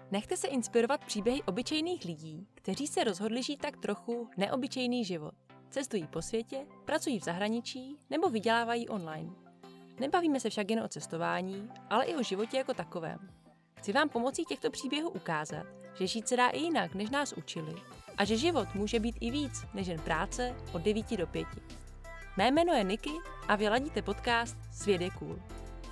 Nechte se inspirovat příběhy obyčejných lidí, kteří se rozhodli žít tak trochu neobyčejný život. Cestují po světě, pracují v zahraničí nebo vydělávají online. Nebavíme se však jen o cestování, ale i o životě jako takovém. Chci vám pomocí těchto příběhů ukázat, že žít se dá i jinak, než nás učili, a že život může být i víc než jen práce od 9 do 5. Mé jméno je Niky a vy ladíte podcast Svět je cool.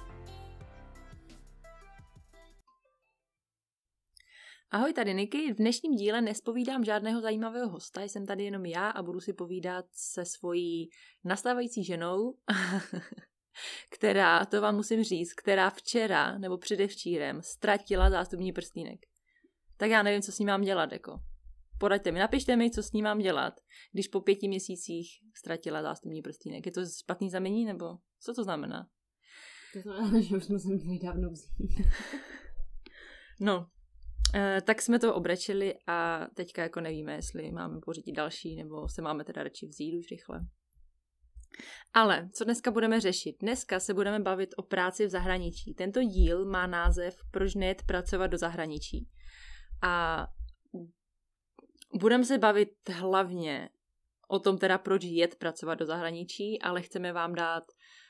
Ahoj, tady Niky. V dnešním díle nespovídám žádného zajímavého hosta, jsem tady jenom já a budu si povídat se svojí nastávající ženou, která, to vám musím říct, která včera nebo předevčírem ztratila zástupní prstýnek. Tak já nevím, co s ní mám dělat, jako. Poraďte mi, napište mi, co s ní mám dělat, když po 5 měsících ztratila zástupní prstýnek. Je to špatný znamení, nebo co to znamená? To znamená, že už jsme se měli dávno vzít. No, tak jsme to obrečili a teďka jako nevíme, jestli máme pořídit další, nebo se máme teda radši vzít už rychle. Ale co dneska budeme řešit? Dneska se budeme bavit o práci v zahraničí. Tento díl má název Proč nejet pracovat do zahraničí. A budeme se bavit hlavně o tom teda, proč jet pracovat do zahraničí, ale chceme vám dát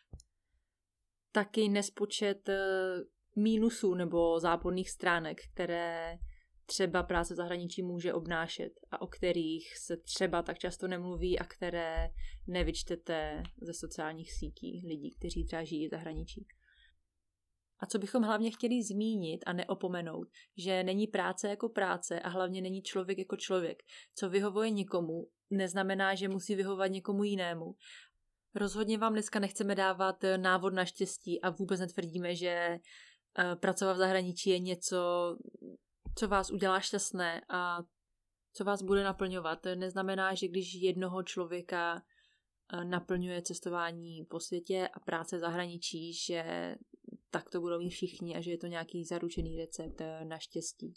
taky nespočet mínusů nebo záporných stránek, které třeba práce v zahraničí může obnášet a o kterých se třeba tak často nemluví a které nevyčtete ze sociálních sítí lidí, kteří třeba žijí v zahraničí. A co bychom hlavně chtěli zmínit a neopomenout, že není práce jako práce a hlavně není člověk jako člověk. Co vyhovuje někomu, neznamená, že musí vyhovovat někomu jinému. Rozhodně vám dneska nechceme dávat návod na štěstí a vůbec netvrdíme, že pracovat v zahraničí je něco, co vás udělá šťastné a co vás bude naplňovat. Neznamená, že když jednoho člověka naplňuje cestování po světě a práce v zahraničí, že tak to budou mít všichni a že je to nějaký zaručený recept na štěstí.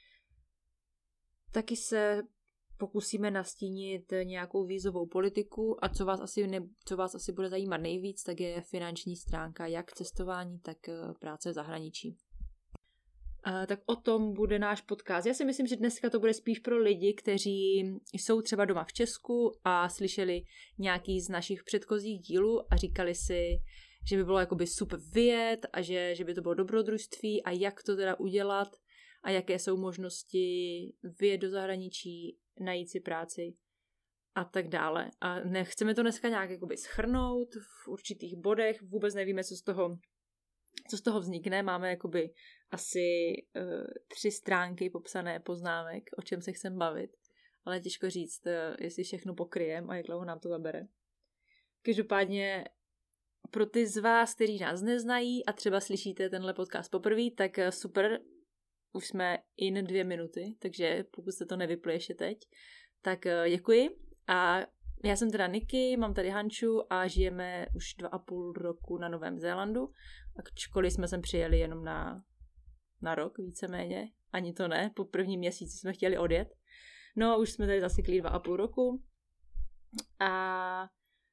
Taky se pokusíme nastínit nějakou vízovou politiku a co vás asi bude zajímat nejvíc, tak je finanční stránka jak cestování, tak práce v zahraničí. Tak o tom bude náš podcast. Já si myslím, že dneska to bude spíš pro lidi, kteří jsou třeba doma v Česku a slyšeli nějaký z našich předchozích dílů a říkali si, že by bylo jakoby super vyjet a že by to bylo dobrodružství a jak to teda udělat a jaké jsou možnosti vyjet do zahraničí, najít si práci a tak dále. A nechceme to dneska nějak jakoby shrnout v určitých bodech, vůbec nevíme, co z toho vznikne. Máme jakoby asi 3 stránky popsané poznámek, o čem se chcem bavit, ale těžko říct, jestli všechno pokryjem a jak dlouho nám to zabere. Každopádně pro ty z vás, kteří nás neznají a třeba slyšíte tenhle podcast poprvé, tak super, už jsme in 2 minuty, takže pokud se to nevypli ještě teď, tak děkuji. A já jsem teda Niky, mám tady Hanču a žijeme už 2,5 roku na Novém Zélandu. Ačkoliv jsme sem přijeli jenom na rok víceméně, ani to ne, po prvním měsíci jsme chtěli odjet. No už jsme tady zasyklí 2,5 roku a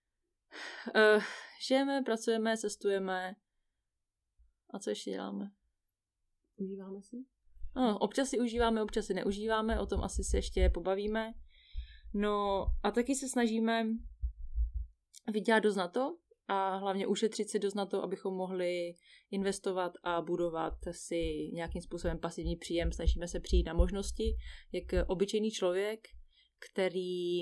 žijeme, pracujeme, cestujeme a co ještě děláme? Užíváme si? No, občas si užíváme, občas si neužíváme, o tom asi se ještě pobavíme. No a taky se snažíme vydělat dost na to a hlavně ušetřit si dost na to, abychom mohli investovat a budovat si nějakým způsobem pasivní příjem. Snažíme se přijít na možnosti, jak obyčejný člověk, který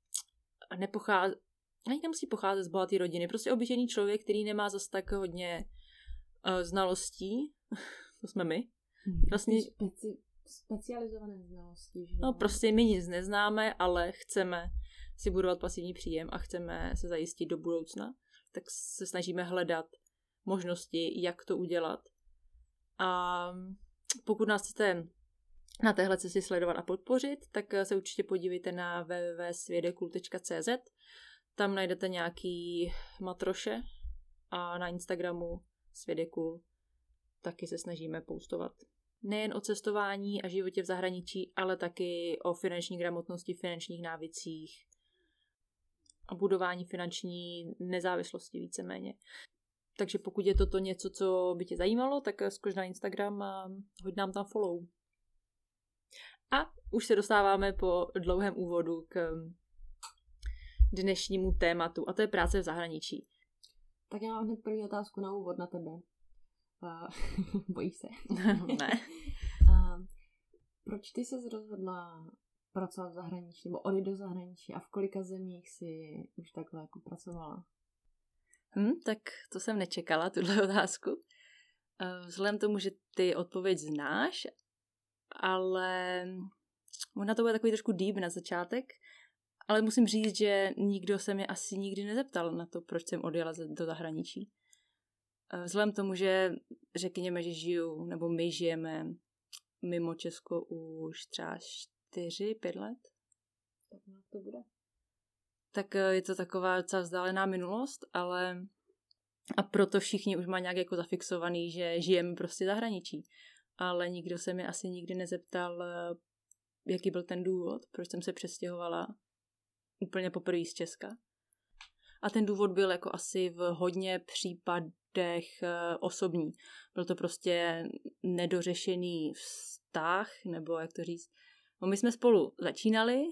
ani nemusí pocházet z bohaté rodiny, prostě obyčejný člověk, který nemá zas tak hodně znalostí, to jsme my. Vlastně specializované znalosti, že? No prostě my nic neznáme, ale chceme si budovat pasivní příjem a chceme se zajistit do budoucna, tak se snažíme hledat možnosti, jak to udělat. A pokud nás chcete na téhle cestě sledovat a podpořit, tak se určitě podívejte na www.světjecool.cz. Tam najdete nějaký matroše a na Instagramu Svět je cool taky se snažíme postovat nejen o cestování a životě v zahraničí, ale taky o finanční gramotnosti, finančních návycích a budování finanční nezávislosti víceméně. Takže pokud je toto něco, co by tě zajímalo, tak skoč na Instagram a hoď nám tam follow. A už se dostáváme po dlouhém úvodu k dnešnímu tématu, a to je práce v zahraničí. Tak já mám hned první otázku na úvod na tebe. Bojíš se? Ne. Proč ty ses rozhodla pracovat v zahraničí, nebo odjít do zahraničí a v kolika zemích si už takhle jako pracovala? Tak to jsem nečekala, tuhle otázku. Vzhledem tomu, že ty odpověď znáš, ale možná to bude takový trošku deep na začátek, ale musím říct, že nikdo se mě asi nikdy nezeptal na to, proč jsem odjela do zahraničí. Vzhledem tomu, že řekněme, že žiju, nebo my žijeme mimo Česko už třeba 4-5 let. Tak to bude. Tak je to taková docela vzdálená minulost, ale a proto všichni už mají nějak jako zafixovaný, že žijeme prostě v zahraničí. Ale nikdo se mi asi nikdy nezeptal, jaký byl ten důvod, proč jsem se přestěhovala úplně poprvé z Česka. A ten důvod byl jako asi v hodně případech osobní. Byl to prostě nedořešený vztah, nebo jak to říct. No, my jsme spolu začínali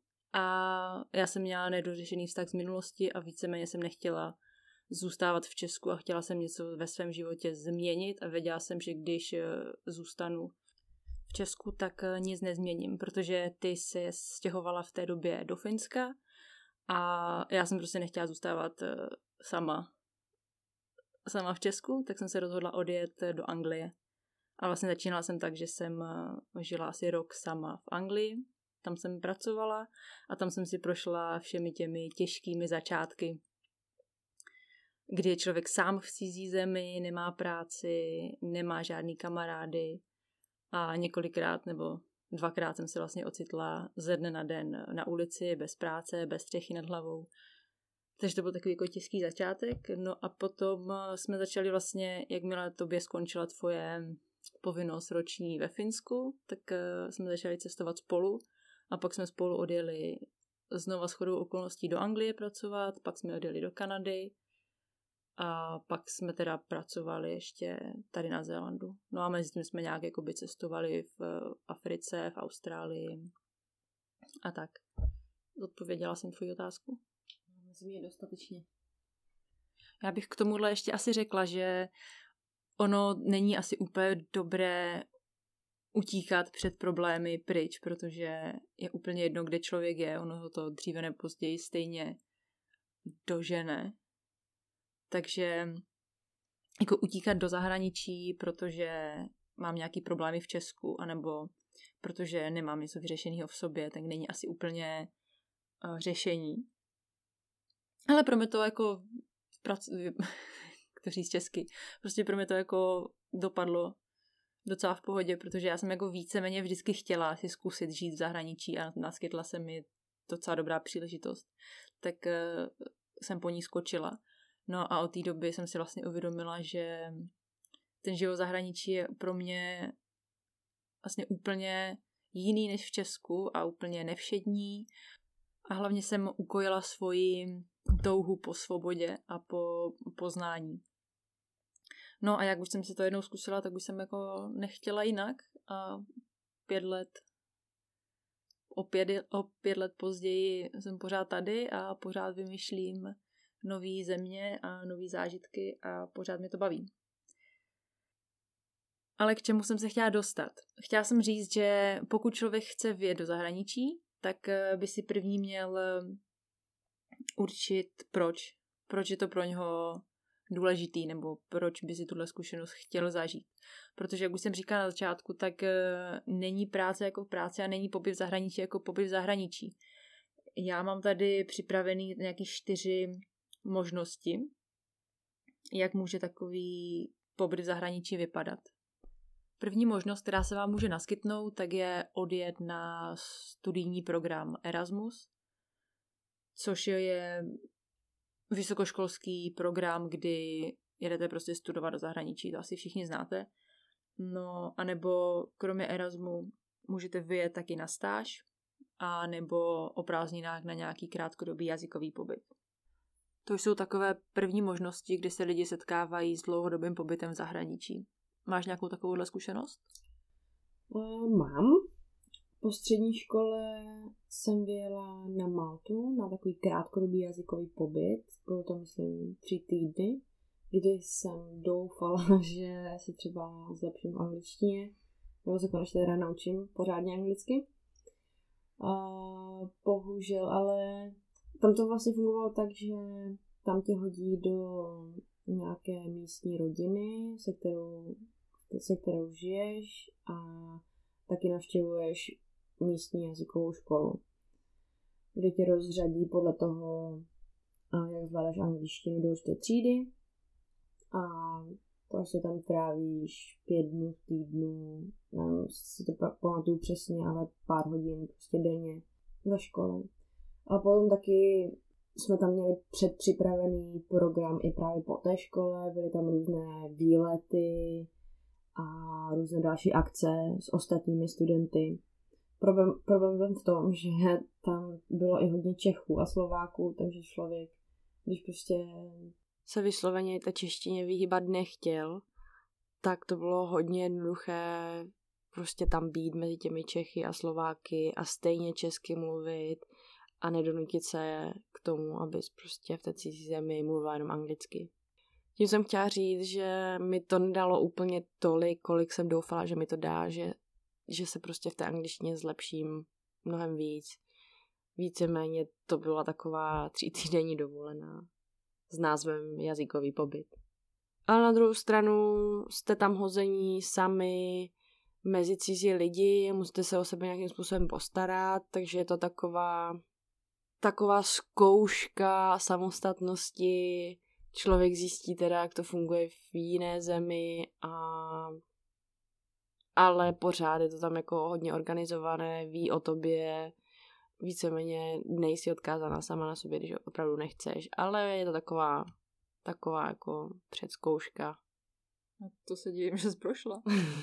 a já jsem měla nedořešený vztah z minulosti a víceméně jsem nechtěla zůstávat v Česku a chtěla jsem něco ve svém životě změnit a věděla jsem, že když zůstanu v Česku, tak nic nezměním, protože ty se stěhovala v té době do Finska a já jsem prostě nechtěla zůstávat sama v Česku, tak jsem se rozhodla odjet do Anglie. A vlastně začínala jsem tak, že jsem žila asi rok sama v Anglii, tam jsem pracovala a tam jsem si prošla všemi těmi těžkými začátky, kdy je člověk sám v cizí zemi, nemá práci, nemá žádný kamarády a několikrát nebo 2krát jsem se vlastně ocitla ze dne na den na ulici, bez práce, bez střechy nad hlavou. Takže to byl takový jako těžký začátek. No a potom jsme začali vlastně, jakmile tobě skončila tvoje povinnost roční ve Finsku, tak jsme začali cestovat spolu a pak jsme spolu odjeli znova shodou okolností do Anglie pracovat, pak jsme odjeli do Kanady a pak jsme teda pracovali ještě tady na Zélandu. No a mezi tím jsme nějak jakoby cestovali v Africe, v Austrálii a tak. Odpověděla jsem tvoji otázku? Myslím, je dostatečně. Já bych k tomuhle ještě asi řekla, že ono není asi úplně dobré utíkat před problémy pryč, protože je úplně jedno, kde člověk je, ono ho to dříve nebo později stejně dožene. Takže jako utíkat do zahraničí, protože mám nějaký problémy v Česku, anebo protože nemám něco vyřešeného v sobě, tak není asi úplně řešení. Ale pro mě to jako to říct česky, prostě pro mě to jako dopadlo docela v pohodě, protože já jsem jako víceméně vždycky chtěla si zkusit žít v zahraničí a naskytla se mi docela dobrá příležitost. Tak jsem po ní skočila. No a od té doby jsem si vlastně uvědomila, že ten život v zahraničí je pro mě vlastně úplně jiný než v Česku a úplně nevšední. A hlavně jsem ukojila svoji touhu po svobodě a po poznání. No a jak už jsem si to jednou zkusila, tak už jsem jako nechtěla jinak a o 5 let později jsem pořád tady a pořád vymýšlím nový země a nový zážitky a pořád mě to baví. Ale k čemu jsem se chtěla dostat? Chtěla jsem říct, že pokud člověk chce vyjet do zahraničí, tak by si první měl určit proč. Proč je to pro něho důležitý, nebo proč by si tuhle zkušenost chtěl zažít. Protože, jak už jsem říkala na začátku, tak není práce jako práce a není pobyt v zahraničí jako pobyt v zahraničí. Já mám tady připravený nějaký 4 možnosti, jak může takový pobyt v zahraničí vypadat. První možnost, která se vám může naskytnout, tak je odjet na studijní program Erasmus, což je vysokoškolský program, kdy jedete prostě studovat do zahraničí, to asi všichni znáte. No, anebo kromě Erasmu můžete vyjet taky na stáž, a nebo o prázdninách na nějaký krátkodobý jazykový pobyt. To jsou takové první možnosti, kdy se lidi setkávají s dlouhodobým pobytem v zahraničí. Máš nějakou takovouhle zkušenost? Mám. Po střední škole jsem vyjela na Maltu na takový krátkodobý jazykový pobyt. Bylo to, myslím, 3 týdny, kdy jsem doufala, že se třeba zlepším v angličtině, nebo se konečně teda naučím pořádně anglicky. Bohužel, ale tam to vlastně fungovalo tak, že tam tě hodí do nějaké místní rodiny, se kterou žiješ a taky navštěvuješ místní jazykovou školu, kde tě rozřadí podle toho, jak zvládáš angličtinu do určité třídy a prostě tam trávíš 5 dnů v týdnu, nevím, si to pamatuju přesně, ale pár hodin prostě denně ve škole. A potom taky jsme tam měli předpřipravený program i právě po té škole, byly tam různé výlety a různé další akce s ostatními studenty. Problém byl v tom, že tam bylo i hodně Čechů a Slováků, takže člověk, když prostě se vysloveně té češtině vyhýbat nechtěl, tak to bylo hodně jednoduché prostě tam být mezi těmi Čechy a Slováky a stejně česky mluvit a nedonutit se k tomu, abys prostě v té cizí zemi mluvila jenom anglicky. Tím jsem chtěla říct, že mi to nedalo úplně tolik, kolik jsem doufala, že mi to dá, že se prostě v té angličtině zlepším mnohem víc. Víceméně to byla taková 3týdenní dovolená s názvem jazykový pobyt. Ale na druhou stranu jste tam hození sami mezi cizí lidi, musíte se o sebe nějakým způsobem postarat, takže je to taková zkouška samostatnosti. Člověk zjistí teda, jak to funguje v jiné zemi, ale pořád je to tam jako hodně organizované, ví o tobě, víceméně nejsi odkázaná sama na sobě, když opravdu nechceš, ale je to taková jako předzkouška. A to se divím, že jsi prošla.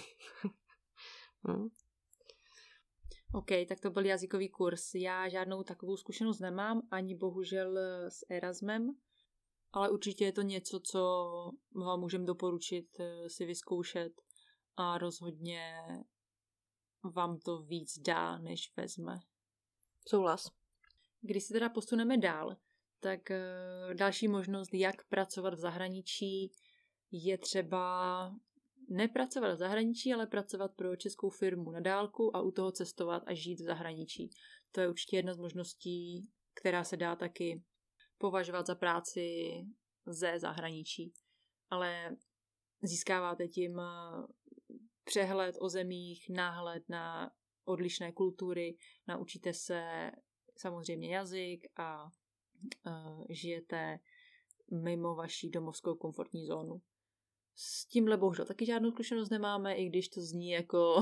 OK, tak to byl jazykový kurz. Já žádnou takovou zkušenost nemám, ani bohužel s Erasmem, ale určitě je to něco, co vám můžem doporučit si vyzkoušet a rozhodně vám to víc dá, než vezme. Souhlas. Když se teda posuneme dál, tak další možnost, jak pracovat v zahraničí, je třeba nepracovat v zahraničí, ale pracovat pro českou firmu na dálku a u toho cestovat a žít v zahraničí. To je určitě jedna z možností, která se dá taky považovat za práci ze zahraničí. Ale získáváte tím přehled o zemích, náhled na odlišné kultury, naučíte se samozřejmě jazyk a žijete mimo vaši domovskou komfortní zónu. S tímhle bohužel taky žádnou zkušenost nemáme, i když to zní jako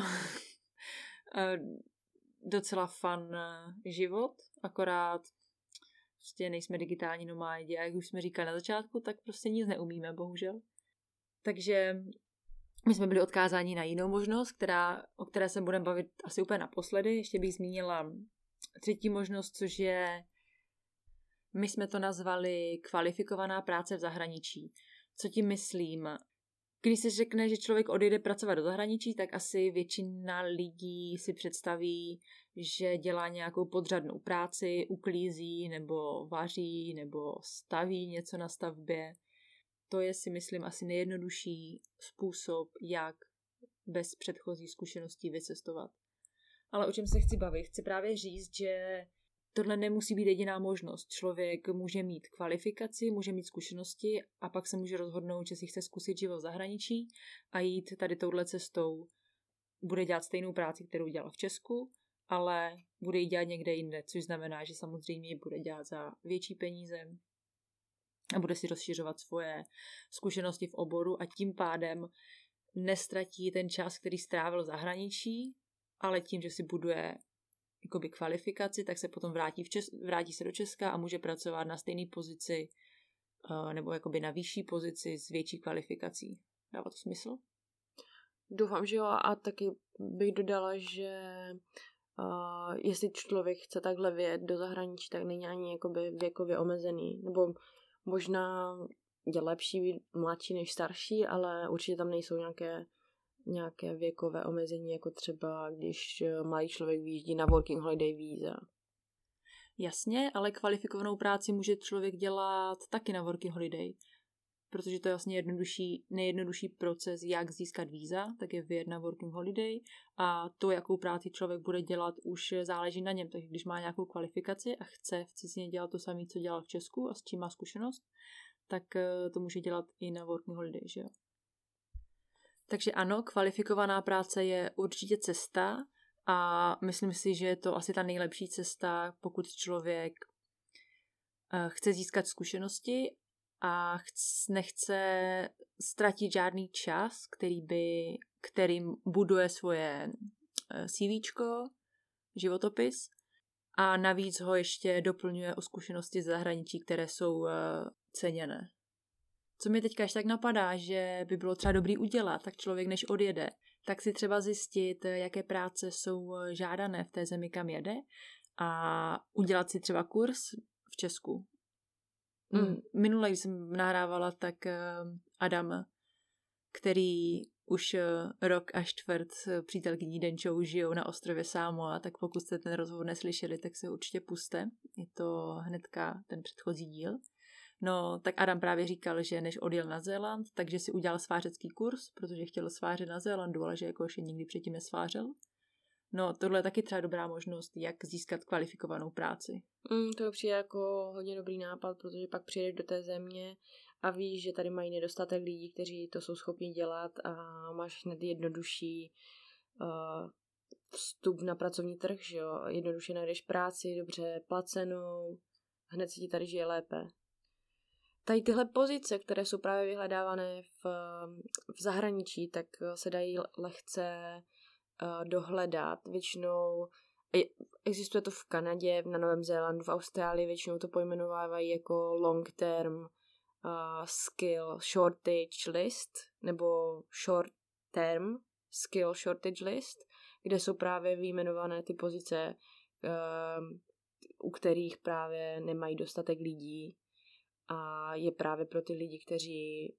docela fun život, akorát prostě nejsme digitální nomádi a jak už jsme říkali na začátku, tak prostě nic neumíme, bohužel. Takže my jsme byli odkázáni na jinou možnost, o které se budeme bavit asi úplně naposledy. Ještě bych zmínila 3. možnost, což je, my jsme to nazvali kvalifikovaná práce v zahraničí. Co tím myslím? Když se řekne, že člověk odjede pracovat do zahraničí, tak asi většina lidí si představí, že dělá nějakou podřadnou práci, uklízí nebo vaří nebo staví něco na stavbě. To je, si myslím, asi nejjednodušší způsob, jak bez předchozí zkušeností vycestovat. Ale o čem se chci bavit? Chci právě říct, že tohle nemusí být jediná možnost. Člověk může mít kvalifikaci, může mít zkušenosti a pak se může rozhodnout, že si chce zkusit život v zahraničí a jít tady touhle cestou. Bude dělat stejnou práci, kterou dělala v Česku, ale bude ji dělat někde jinde, což znamená, že samozřejmě ji bude dělat za větší peníze a bude si rozšiřovat svoje zkušenosti v oboru a tím pádem nestratí ten čas, který strávil v zahraničí, ale tím, že si buduje jakoby kvalifikaci, tak se potom vrátí se do Česka a může pracovat na stejné pozici nebo jakoby na vyšší pozici s větší kvalifikací. Dává to smysl? Doufám, že jo, a taky bych dodala, že jestli člověk chce takhle vyjet do zahraničí, tak není ani jakoby věkově omezený, nebo možná je lepší být mladší než starší, ale určitě tam nejsou nějaké nějaké věkové omezení, jako třeba když mladý člověk vyjíždí na working holiday víza. Jasně, ale kvalifikovanou práci může člověk dělat taky na working holiday, protože to je vlastně nejjednodušší proces, jak získat víza, tak je vyjet na working holiday a to, jakou práci člověk bude dělat, už záleží na něm. Takže když má nějakou kvalifikaci a chce v cizině dělat to samé, co dělal v Česku a s čím má zkušenost, tak to může dělat i na working holiday, že jo. Takže ano, kvalifikovaná práce je určitě cesta a myslím si, že je to asi ta nejlepší cesta, pokud člověk chce získat zkušenosti a nechce ztratit žádný čas, kterým buduje svoje CVčko, životopis a navíc ho ještě doplňuje o zkušenosti z zahraničí, které jsou ceněné. Co mi teďka ještě tak napadá, že by bylo třeba dobrý udělat, tak člověk než odjede, tak si třeba zjistit, jaké práce jsou žádané v té zemi, kam jede a udělat si třeba kurz v Česku. Minule, když jsem nahrávala, tak Adam, který už rok a čtvrt přítelkyní Denčou žijou na ostrově Samoa, tak pokud jste ten rozhovor neslyšeli, tak se určitě puste. Je to hnedka ten předchozí díl. No, tak Adam právě říkal, že než odjel na Zéland, takže si udělal svářecký kurz, protože chtěl svářet na Zélandu, ale že jako ještě nikdy předtím nesvářel. No, tohle je taky třeba dobrá možnost, jak získat kvalifikovanou práci. To přijde jako hodně dobrý nápad, protože pak přijedeš do té země a víš, že tady mají nedostatek lidí, kteří to jsou schopni dělat a máš hned jednodušší vstup na pracovní trh, že jo? Jednoduše najdeš práci, dobře placenou, hned se ti tady žije lépe. Tady tyhle pozice, které jsou právě vyhledávané v zahraničí, tak se dají lehce dohledat. Většinou existuje to v Kanadě, na Novém Zélandu, v Austrálii, většinou to pojmenovávají jako long term skill shortage list nebo short term skill shortage list, kde jsou právě vyjmenované ty pozice, u kterých právě nemají dostatek lidí a je právě pro ty lidi, kteří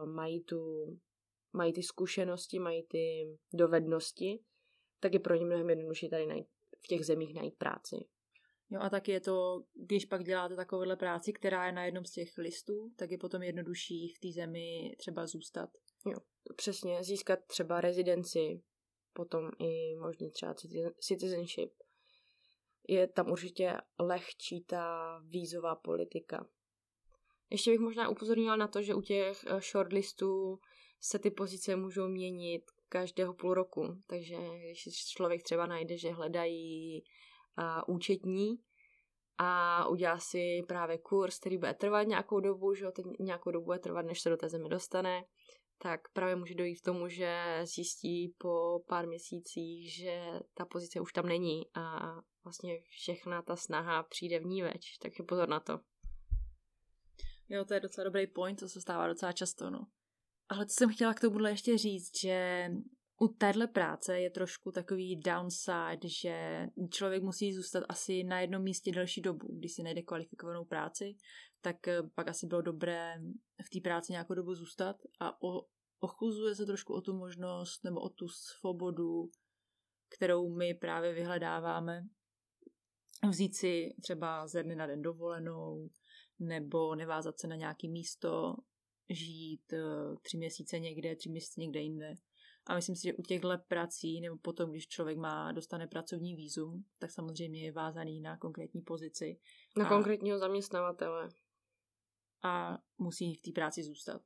mají ty zkušenosti, mají ty dovednosti, tak je pro ně mnohem jednodušší tady v těch zemích najít práci. Jo a taky je to, když pak děláte takovouhle práci, která je na jednom z těch listů, tak je potom jednodušší v té zemi třeba zůstat. Jo, přesně, získat třeba rezidenci, potom i možný třeba citizenship. Je tam určitě lehčí ta vízová politika. Ještě bych možná upozornila na to, že u těch shortlistů se ty pozice můžou měnit každého půl roku. Takže když člověk třeba najde, že hledají účetní a udělá si právě kurz, který bude trvat nějakou dobu, že teď nějakou dobu bude trvat, než se do té země dostane, tak právě může dojít k tomu, že zjistí po pár měsících, že ta pozice už tam není a vlastně všechna ta snaha přijde vníveč. Takže pozor na to. Jo, to je docela dobrý point, to se stává docela často, no. Ale co jsem chtěla k tomuhle ještě říct, že u téhle práce je trošku takový downside, že člověk musí zůstat asi na jednom místě delší dobu. Když si najde kvalifikovanou práci, tak pak asi bylo dobré v té práci nějakou dobu zůstat a ochuzuje se trošku o tu možnost nebo o tu svobodu, kterou my právě vyhledáváme. Vzít si třeba ze dne na den dovolenou nebo nevázat se na nějaké místo, žít 3 měsíce někde, 3 měsíce někde jinde. A myslím si, že u těchto prací, nebo potom, když člověk dostane pracovní vízum, tak samozřejmě je vázaný na konkrétní pozici. Na konkrétního zaměstnavatele. A musí v té práci zůstat.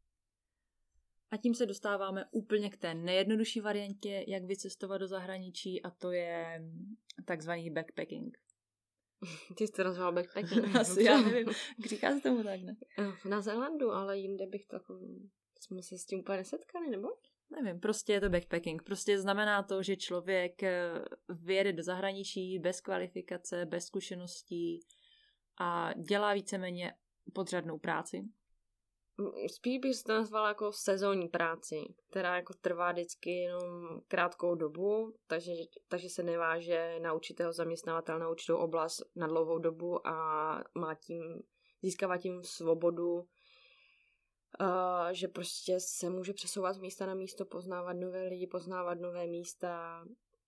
A tím se dostáváme úplně k té nejjednodušší variantě, jak vycestovat do zahraničí, a to je takzvaný backpacking. Ty jsi to nazval backpacking. Asi, já nevím, říká se tomu tak, ne? Na Zélandu, ale jinde bych jsme se s tím úplně nesetkali, nebo? Nevím, prostě je to backpacking. Prostě znamená to, že člověk vyjede do zahraničí bez kvalifikace, bez zkušeností a dělá víceméně podřadnou práci. Spíš bych to nazvala jako sezónní práci, která jako trvá vždycky jenom krátkou dobu, takže se neváže na určitého zaměstnavatele, na určitou oblast na dlouhou dobu a získává tím svobodu že prostě se může přesouvat z místa na místo, poznávat nové lidi, poznávat nové místa,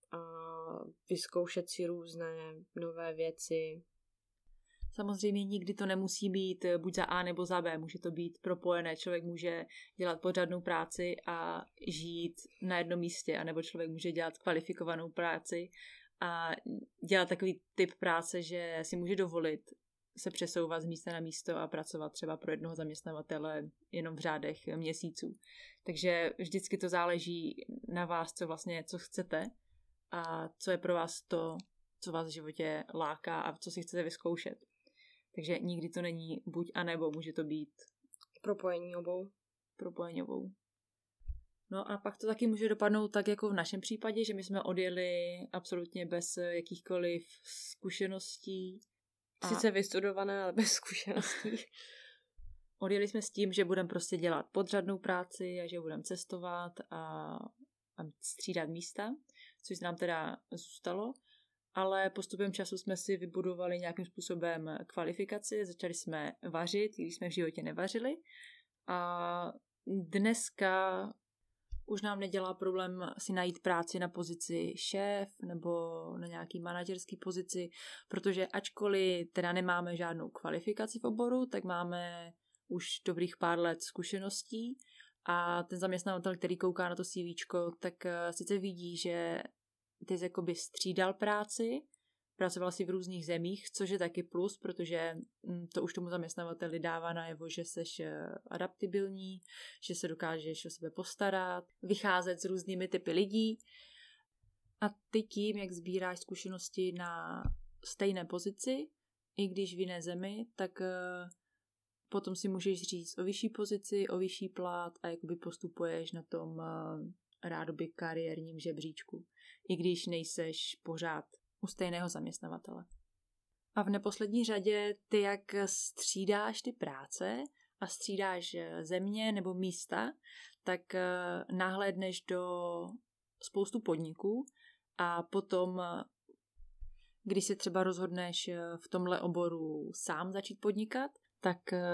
vyzkoušet si různé nové věci. Samozřejmě nikdy to nemusí být buď za A nebo za B, může to být propojené. Člověk může dělat pořádnou práci a žít na jednom místě, anebo člověk může dělat kvalifikovanou práci a dělat takový typ práce, že si může dovolit se přesouvat z místa na místo a pracovat třeba pro jednoho zaměstnavatele jenom v řádech měsíců. Takže vždycky to záleží na vás, co chcete a co je pro vás to, co vás v životě láká a co si chcete vyzkoušet. Takže nikdy to není buď a nebo, může to být propojení obou. No a pak to taky může dopadnout tak, jako v našem případě, že my jsme odjeli absolutně bez jakýchkoliv zkušeností. Sice vystudované, ale bez zkušeností. Odjeli jsme s tím, že budeme prostě dělat podřadnou práci a že budeme cestovat a střídat místa, což nám teda zůstalo. Ale postupem času jsme si vybudovali nějakým způsobem kvalifikaci, začali jsme vařit, když jsme v životě nevařili. A dneska už nám nedělá problém si najít práci na pozici šéf nebo na nějaký manažerský pozici, protože ačkoliv teda nemáme žádnou kvalifikaci v oboru, tak máme už dobrých pár let zkušeností a ten zaměstnavatel, který kouká na to CVčko, tak sice vidí, že ty jsi jakoby střídal práci, pracoval si v různých zemích, což je taky plus, protože to už tomu zaměstnavateli dává najevo, že seš adaptibilní, že se dokážeš o sebe postarat, vycházet s různými typy lidí. A ty tím, jak sbíráš zkušenosti na stejné pozici, i když v jiné zemi, tak potom si můžeš říct o vyšší pozici, o vyšší plat a jakoby postupuješ na tom rádoby kariérním žebříčku, i když nejseš pořád u stejného zaměstnavatele. A v neposlední řadě ty, jak střídáš ty práce a střídáš země nebo místa, tak nahlédneš do spoustu podniků a potom, když se třeba rozhodneš v tomhle oboru sám začít podnikat, tak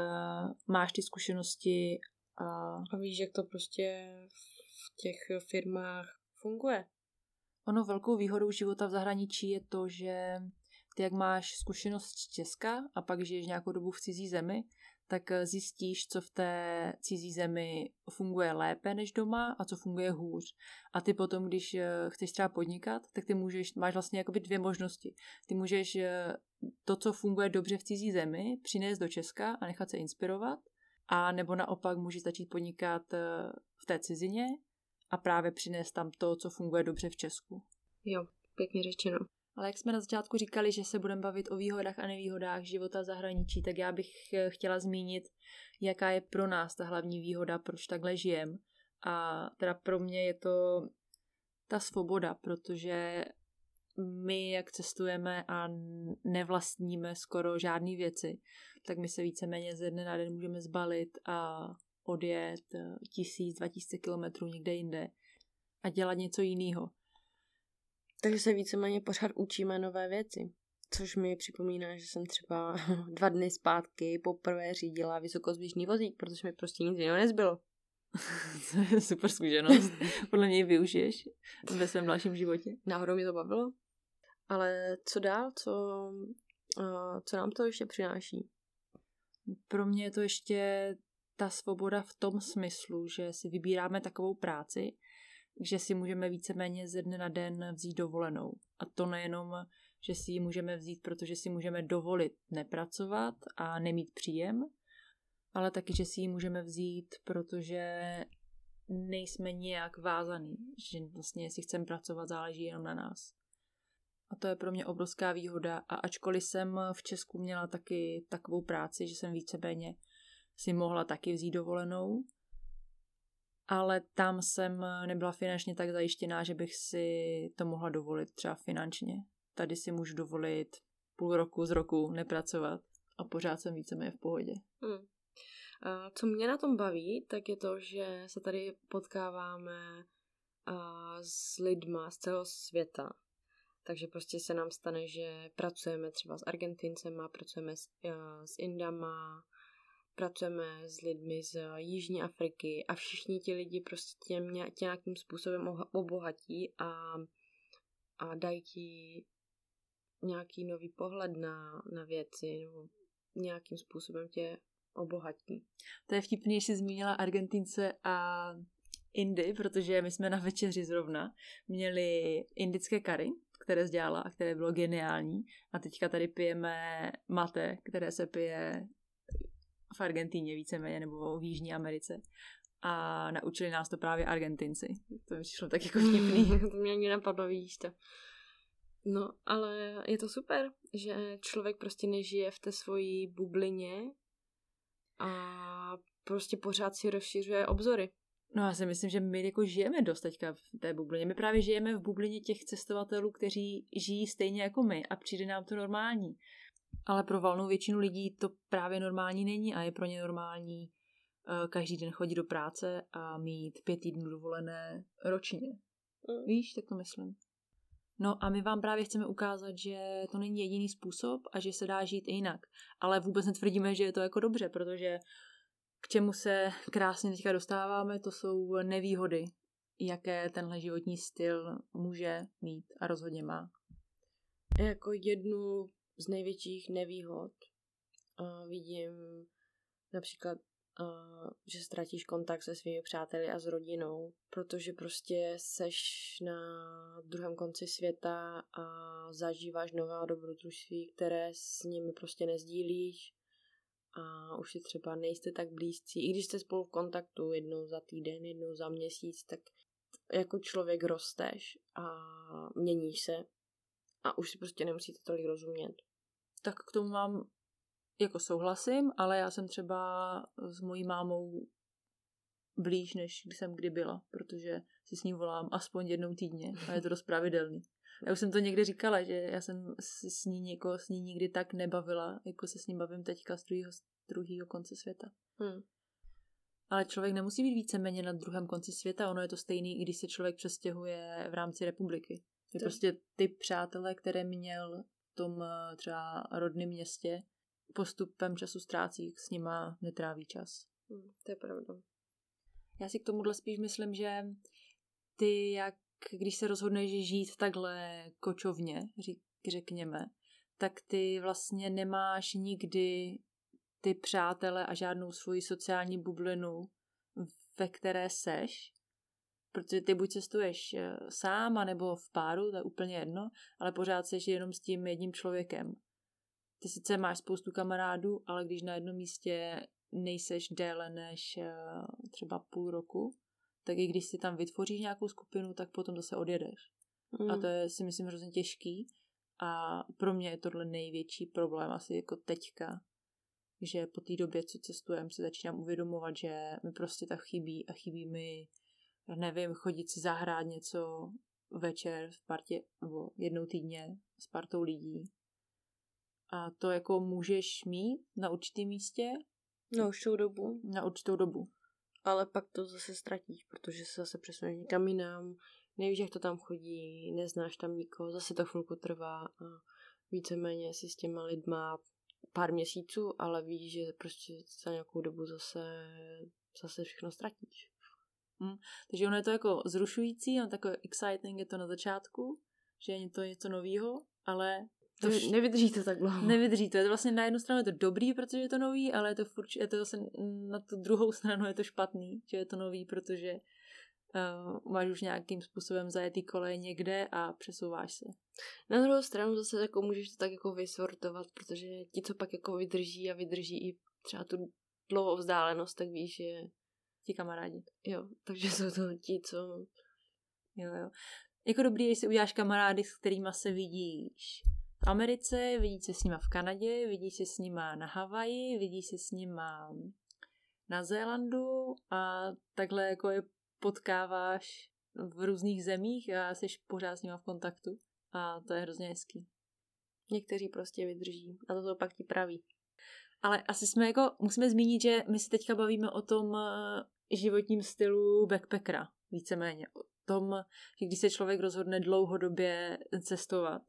máš ty zkušenosti a víš, jak to prostě v těch firmách funguje. Ono velkou výhodou života v zahraničí je to, že ty jak máš zkušenost z Česka a pak žiješ nějakou dobu v cizí zemi, tak zjistíš, co v té cizí zemi funguje lépe než doma a co funguje hůř. A ty potom, když chceš třeba podnikat, tak ty máš vlastně jakoby dvě možnosti. Ty můžeš to, co funguje dobře v cizí zemi, přinést do Česka a nechat se inspirovat, a nebo naopak můžeš začít podnikat v té cizině a právě přinést tam to, co funguje dobře v Česku. Jo, pěkně řečeno. Ale jak jsme na začátku říkali, že se budeme bavit o výhodách a nevýhodách života v zahraničí, tak já bych chtěla zmínit, jaká je pro nás ta hlavní výhoda, proč takhle žijem. A teda pro mě je to ta svoboda, protože my, jak cestujeme a nevlastníme skoro žádný věci, tak my se víceméně ze dne na den můžeme zbalit a odjet 1000-2000 kilometrů někde jinde a dělat něco jiného. Takže se víceméně pořád učíme nové věci. Což mi připomíná, že jsem třeba 2 dny zpátky poprvé řídila vysokozvěžný vozík, protože mi prostě nic jiného nezbylo. To je super zkušenost. Podle něj využiješ ve svém dalším životě. Náhodou mě to bavilo. Ale co dál? Co nám to ještě přináší? Pro mě je to ještě ta svoboda v tom smyslu, že si vybíráme takovou práci, že si můžeme víceméně ze dne na den vzít dovolenou. A to nejenom, že si ji můžeme vzít, protože si můžeme dovolit nepracovat a nemít příjem, ale taky, že si ji můžeme vzít, protože nejsme nějak vázaný, že vlastně jestli chceme pracovat, záleží jenom na nás. A to je pro mě obrovská výhoda. A ačkoliv jsem v Česku měla taky takovou práci, že jsem víceméně si mohla taky vzít dovolenou, ale tam jsem nebyla finančně tak zajištěná, že bych si to mohla dovolit třeba finančně. Tady si můžu dovolit půl roku z roku nepracovat a pořád jsem víceméně v pohodě. A co mě na tom baví, tak je to, že se tady potkáváme s lidma z celého světa. Takže prostě se nám stane, že pracujeme třeba s Argentincema, pracujeme s Indama, pracujeme s lidmi z Jižní Afriky a všichni ti lidi prostě tě nějakým způsobem obohatí a dají ti nějaký nový pohled na věci nebo nějakým způsobem tě obohatí. To je vtipný, že jsi zmínila Argentince a Indy, protože my jsme na večeři zrovna měli indické curry, které dělala a které bylo geniální. A teďka tady pijeme mate, které se pije v Argentíně víceméně nebo v Jižní Americe. A naučili nás to právě Argentinci. To mi přišlo tak jako vtipný. To mě ani napadlo, víš to. No, ale je to super, že člověk prostě nežije v té svojí bublině a prostě pořád si rozšiřuje obzory. No já si myslím, že my jako žijeme dost teďka v té bublině. My právě žijeme v bublině těch cestovatelů, kteří žijí stejně jako my a přijde nám to normální. Ale pro valnou většinu lidí to právě normální není a je pro ně normální každý den chodit do práce a mít 5 týdnů dovolené ročně. Víš, tak to myslím. No a my vám právě chceme ukázat, že to není jediný způsob a že se dá žít i jinak. Ale vůbec netvrdíme, že je to jako dobře, protože k čemu se krásně teďka dostáváme, to jsou nevýhody, jaké tenhle životní styl může mít a rozhodně má. Jako jednu z největších nevýhod vidím například, že ztratíš kontakt se svými přáteli a s rodinou, protože prostě seš na druhém konci světa a zažíváš nová dobrodružství, které s nimi prostě nezdílíš a už si třeba nejste tak blízcí. I když jste spolu v kontaktu jednou za týden, jednou za měsíc, tak jako člověk rosteš a měníš se a už si prostě nemusíte tolik rozumět. Tak k tomu mám jako souhlasím, ale já jsem třeba s mojí mámou blíž, než když jsem kdy byla, protože si s ní volám aspoň jednou týdně a je to dost pravidelný. Já už jsem to někdy říkala, že já jsem s ní nikdy tak nebavila, jako se s ní bavím teďka z druhého konce světa. Ale člověk nemusí být víceméně na druhém konci světa, ono je to stejný, i když se člověk přestěhuje v rámci republiky. Je prostě ty přátelé, které měl v tom třeba rodném městě, postupem času ztrácí, s nima netráví čas. To je pravda. Já si k tomuhle spíš myslím, že ty, jak když se rozhodneš žít takhle kočovně, řekněme, tak ty vlastně nemáš nikdy ty přátele a žádnou svoji sociální bublinu, ve které seš, protože ty buď cestuješ sám, anebo v páru, to je úplně jedno, ale pořád seš jenom s tím jedním člověkem. Ty sice máš spoustu kamarádů, ale když na jednom místě nejseš déle než třeba půl roku, tak i když si tam vytvoříš nějakou skupinu, tak potom zase odjedeš. A to je, si myslím, hrozně těžký. A pro mě je tohle největší problém asi jako teďka, že po té době, co cestujeme, si začínám uvědomovat, že mi prostě tak chybí a chybí mi, nevím, chodit si zahrát něco večer v partě nebo jednou týdně s partou lidí. A to jako můžeš mít na určitém místě. Na určitou dobu. Ale pak to zase ztratíš, protože se zase přesuneš někam jinam, nevíš, jak to tam chodí, neznáš tam nikoho, zase to chvilku trvá a víceméně si s těma lidma pár měsíců, ale víš, že prostě za nějakou dobu zase všechno ztratíš. Takže ono je to jako zrušující, ono takové exciting je to na začátku, že je to něco novýho, ale to nevydrží to tak dlouho. Nevydrží to. Je to vlastně na jednu stranu je to dobrý, protože je to nový, ale je to zase na tu druhou stranu je to špatný, že je to nový, protože máš už nějakým způsobem zajetý koleje někde a přesouváš se. Na druhou stranu zase jako můžeš to tak jako vysortovat, protože ti, co pak jako vydrží i třeba tu dlouhou vzdálenost, tak víš, že ti kamarádi. Jo, takže jsou to ti, co... Jo. Jako dobrý, když si uděláš kamarády, s kterýma se vidíš v Americe, vidíš se s nima v Kanadě, vidíš se s nima na Havaji, vidíš se s nima na Zélandu a takhle jako je potkáváš v různých zemích a jsi pořád s nima v kontaktu a to je hrozně hezký. Někteří prostě vydrží a to pak ti praví. Ale asi musíme zmínit, že my se teďka bavíme o tom životním stylu backpackera, víceméně. O tom, že když se člověk rozhodne dlouhodobě cestovat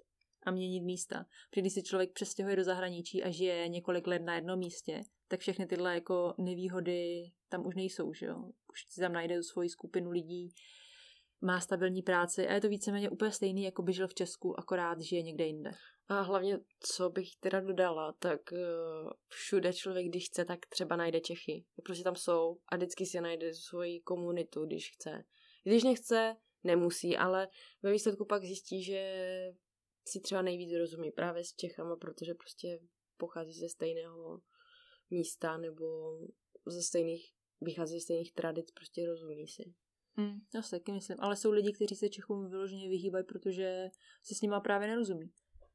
a měnit místa. Protože když se člověk přestěhuje do zahraničí a žije několik let na jednom místě, tak všechny tyhle jako nevýhody tam už nejsou, že jo. Už si tam najde svoji skupinu lidí, má stabilní práci a je to víceméně úplně stejný, jako by žil v Česku, akorát žije někde jinde. A hlavně, co bych teda dodala, tak všude člověk, když chce, tak třeba najde Čechy. Prostě tam jsou a vždycky si najde svoji komunitu, když chce. Když nechce, nemusí, ale ve výsledku pak zjistí, že si třeba nejvíc rozumí právě s Čechama, protože prostě pochází ze stejného místa nebo vychází ze stejných tradic, prostě rozumí si. Já si taky myslím, ale jsou lidi, kteří se Čechům vyloženě vyhýbají, protože si s nima právě nerozumí.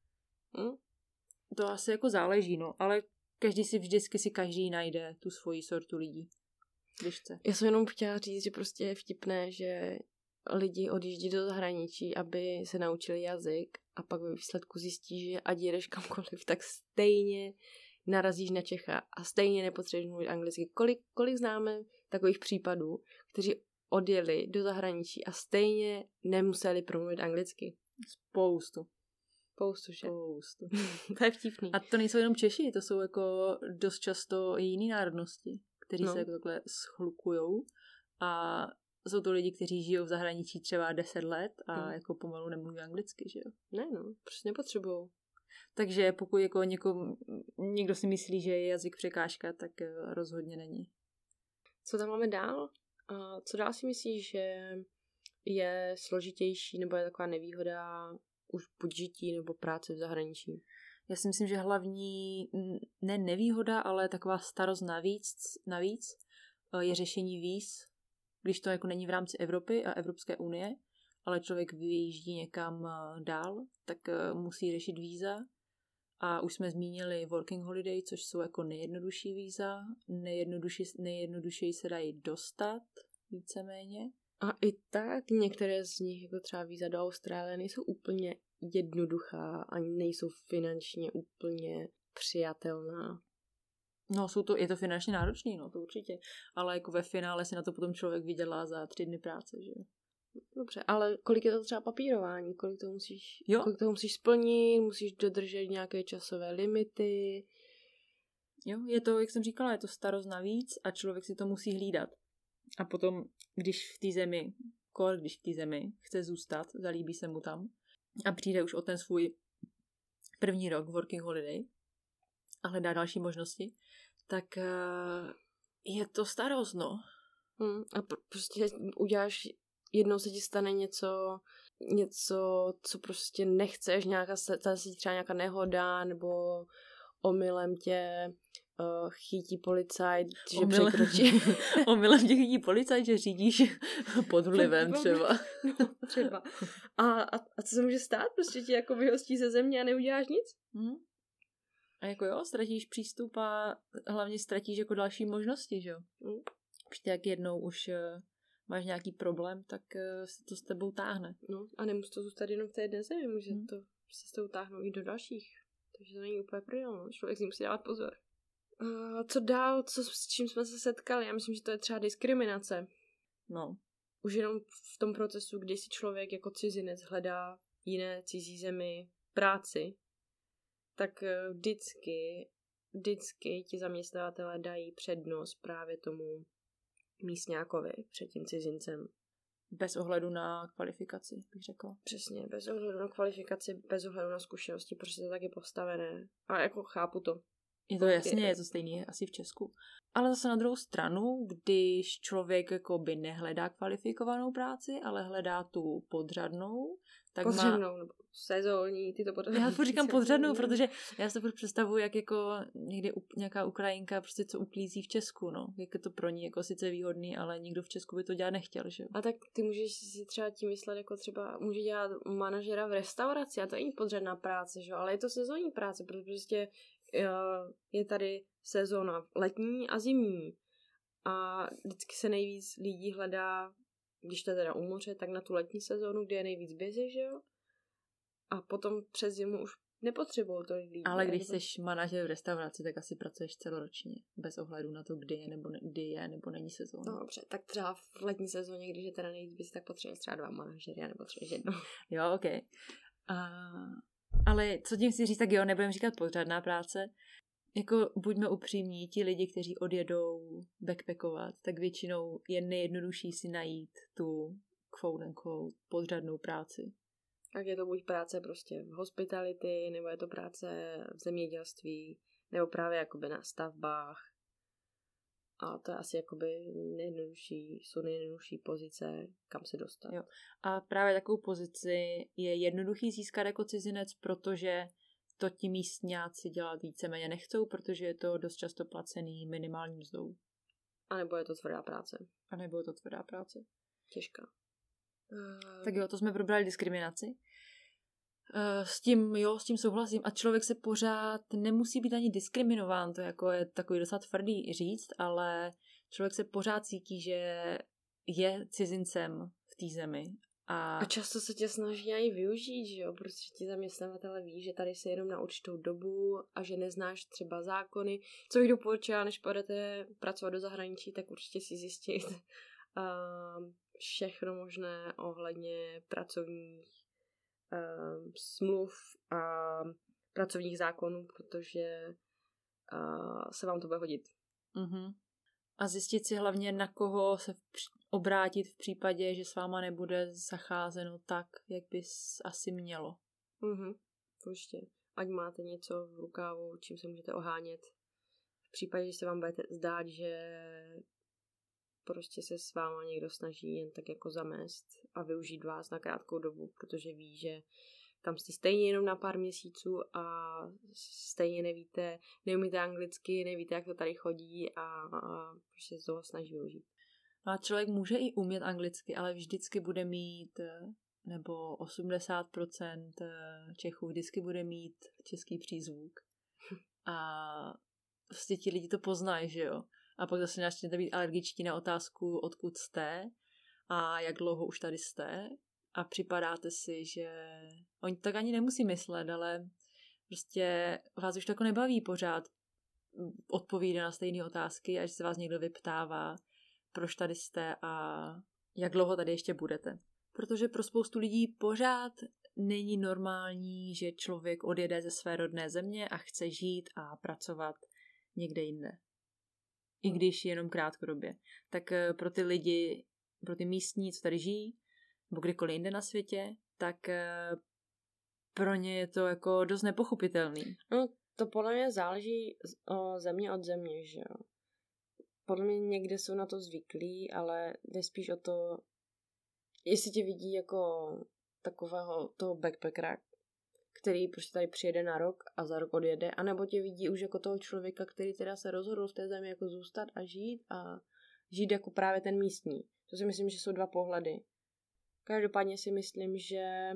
To asi jako záleží, no, ale vždycky si každý najde tu svoji sortu lidí, když chce. Já jsem jenom chtěla říct, že prostě je vtipné, že lidi odjíždí do zahraničí, aby se naučili jazyk a pak ve výsledku zjistí, že ať jedeš kamkoliv, tak stejně narazíš na Čecha a stejně nepotřebuješ mluvit anglicky. Kolik známe takových případů, kteří odjeli do zahraničí a stejně nemuseli promluvit anglicky? Spoustu, že? Spoustu. To je vtipný. A to nejsou jenom Češi, to jsou jako dost často i jiný národnosti, kteří se jako takhle schlukujou a jsou to lidi, kteří žijou v zahraničí třeba 10 let a jako pomalu nemluví anglicky, že jo? Ne, prostě nepotřebujou. Takže pokud jako někdo si myslí, že je jazyk překážka, tak rozhodně není. Co tam máme dál? A co dál si myslíš, že je složitější nebo je taková nevýhoda už buď žití nebo práce v zahraničí? Já si myslím, že hlavní, ne nevýhoda, ale taková starost navíc je řešení víz, když to jako není v rámci Evropy a Evropské unie, ale člověk vyjíždí někam dál, tak musí řešit víza. A už jsme zmínili working holiday, což jsou jako nejjednodušší víza. Nejjednodušeji se dají dostat, víceméně. A i tak některé z nich, jako třeba víza do Austrálie, nejsou úplně jednoduchá, ani nejsou finančně úplně přijatelná. No, je to finančně náročný, no, to určitě. Ale jako ve finále si na to potom člověk vydělá za 3 dny práce, že jo. Dobře, ale kolik je to třeba papírování? Kolik toho musíš splnit? Musíš dodržet nějaké časové limity? Jo, je to, jak jsem říkala, je to starost navíc a člověk si to musí hlídat. A potom, když v té zemi chce zůstat, zalíbí se mu tam a přijde už o ten svůj první rok working holiday a hledá další možnosti, tak je to starost, no. A prostě uděláš, jednou se ti stane něco, co prostě nechceš, třeba nějaká nehoda, nebo omylem tě chytí policajt, že překročí. Omylem tě chytí policajt, že řídíš pod vlivem třeba. No, třeba. A co se může stát? Prostě ti jako vyhostí ze země a neuděláš nic? A jako jo, ztratíš přístup a hlavně ztratíš jako další možnosti, že jo? Protože jak jednou už máš nějaký problém, tak se to s tebou táhne. No a nemusí to zůstat jenom v té jedné zemi, může to se s tebou táhnout i do dalších. Takže to není úplně prdel, člověk si musí dávat pozor. Co dál, s čím jsme se setkali? Já myslím, že to je třeba diskriminace. No. Už jenom v tom procesu, kdy si člověk jako cizinec hledá jiné cizí zemi práci, tak vždycky ti zaměstnavatelé dají přednost právě tomu místňákovi před tím cizincem. Bez ohledu na kvalifikaci, bych řekla. Přesně, bez ohledu na kvalifikaci, bez ohledu na zkušenosti, prostě to tak je postavené. A jako chápu to. Je to jasně, je to stejný asi v Česku. Ale zase na druhou stranu, když člověk jako by nehledá kvalifikovanou práci, ale hledá tu podřadnou, tak nebo sezónní, ty to podřadnou. Já říkám podřadnou, protože já se představuji, jak jako někde nějaká Ukrajinka prostě co uklízí v Česku, no. Jak je to pro ní jako sice výhodný, ale nikdo v Česku by to dělat nechtěl, že? A tak ty můžeš si třeba tím myslet, jako třeba může dělat manažera v restauraci a to není podřadná práce, že? Ale je to sezónní práce, protože prostě je tady sezóna letní a zimní a vždycky se nejvíc lidí hledá, když to je teda u moře, tak na tu letní sezónu, kde je nejvíc busy, že jo? A potom přes zimu už nepotřebují tolik lidí. Ale když jsi manažer v restauraci, tak asi pracuješ celoročně, bez ohledu na to, kdy je nebo není sezóna. No dobře, tak třeba v letní sezóně, když je teda nejvíc busy, tak potřebuješ třeba 2 manažery, nebo třeba 1. Jo, ok. Ale co tím chci říct, tak jo, nebudeme říkat podřadná práce. Jako buďme upřímní, ti lidi, kteří odjedou backpackovat, tak většinou je nejjednodušší si najít tu quote unquote podřadnou práci. Tak je to buď práce prostě v hospitality, nebo je to práce v zemědělství, nebo právě jakoby na stavbách. A to je asi jakoby jsou nejjednodušší pozice, kam se dostat. Jo. A právě takovou pozici je jednoduchý získat jako cizinec, protože to ti místňáci dělat víceméně nechcou, protože je to dost často placený minimální mzdou. A nebo je to tvrdá práce. Těžká. Tak jo, to jsme probrali diskriminaci. S tím souhlasím. A člověk se pořád nemusí být ani diskriminován, to jako je takový docela tvrdý říct, ale člověk se pořád cítí, že je cizincem v té zemi. A často se tě snaží i využít, že jo, protože ti zaměstnavatele ví, že tady se jenom na určitou dobu a že neznáš třeba zákony. Co bych doporučila, než půjdete pracovat do zahraničí, tak určitě si zjistit všechno možné ohledně pracovních smluv a pracovních zákonů, protože se vám to bude hodit. Mm-hmm. A zjistit si hlavně, na koho se obrátit v případě, že s váma nebude zacházeno tak, jak by asi mělo. Mhm, určitě. Ať máte něco v rukávu, čím se můžete ohánět. V případě, že se vám bude zdát, že prostě se s váma někdo snaží jen tak jako zamést a využít vás na krátkou dobu, protože ví, že tam jste stejně jenom na pár měsíců a stejně neumíte anglicky, nevíte, jak to tady chodí a prostě se toho snaží využít. No a člověk může i umět anglicky, ale vždycky bude mít, nebo 80% Čechů vždycky bude mít český přízvuk. A prostě ti lidi to poznají, že jo? A pak zase začnete být alergičtí na otázku, odkud jste a jak dlouho už tady jste. A připadáte si, že oni tak ani nemusí myslet, ale prostě vás už to jako nebaví pořád odpovídat na stejné otázky, až se vás někdo vyptává, proč tady jste a jak dlouho tady ještě budete. Protože pro spoustu lidí pořád není normální, že člověk odjede ze své rodné země a chce žít a pracovat někde jinde. I když jenom krátkodobě. Tak pro ty lidi, pro ty místní, co tady žijí, nebo kdykoliv jinde na světě, tak pro ně je to jako dost nepochopitelný. No, to podle mě záleží země od země, že jo. Podle mě někde jsou na to zvyklí, ale jde spíš o to, jestli tě vidí jako takového toho backpackera, který prostě tady přijede na rok a za rok odjede, anebo tě vidí už jako toho člověka, který teda se rozhodl v té zemi jako zůstat a žít jako právě ten místní. To si myslím, že jsou dva pohledy. Každopádně si myslím, že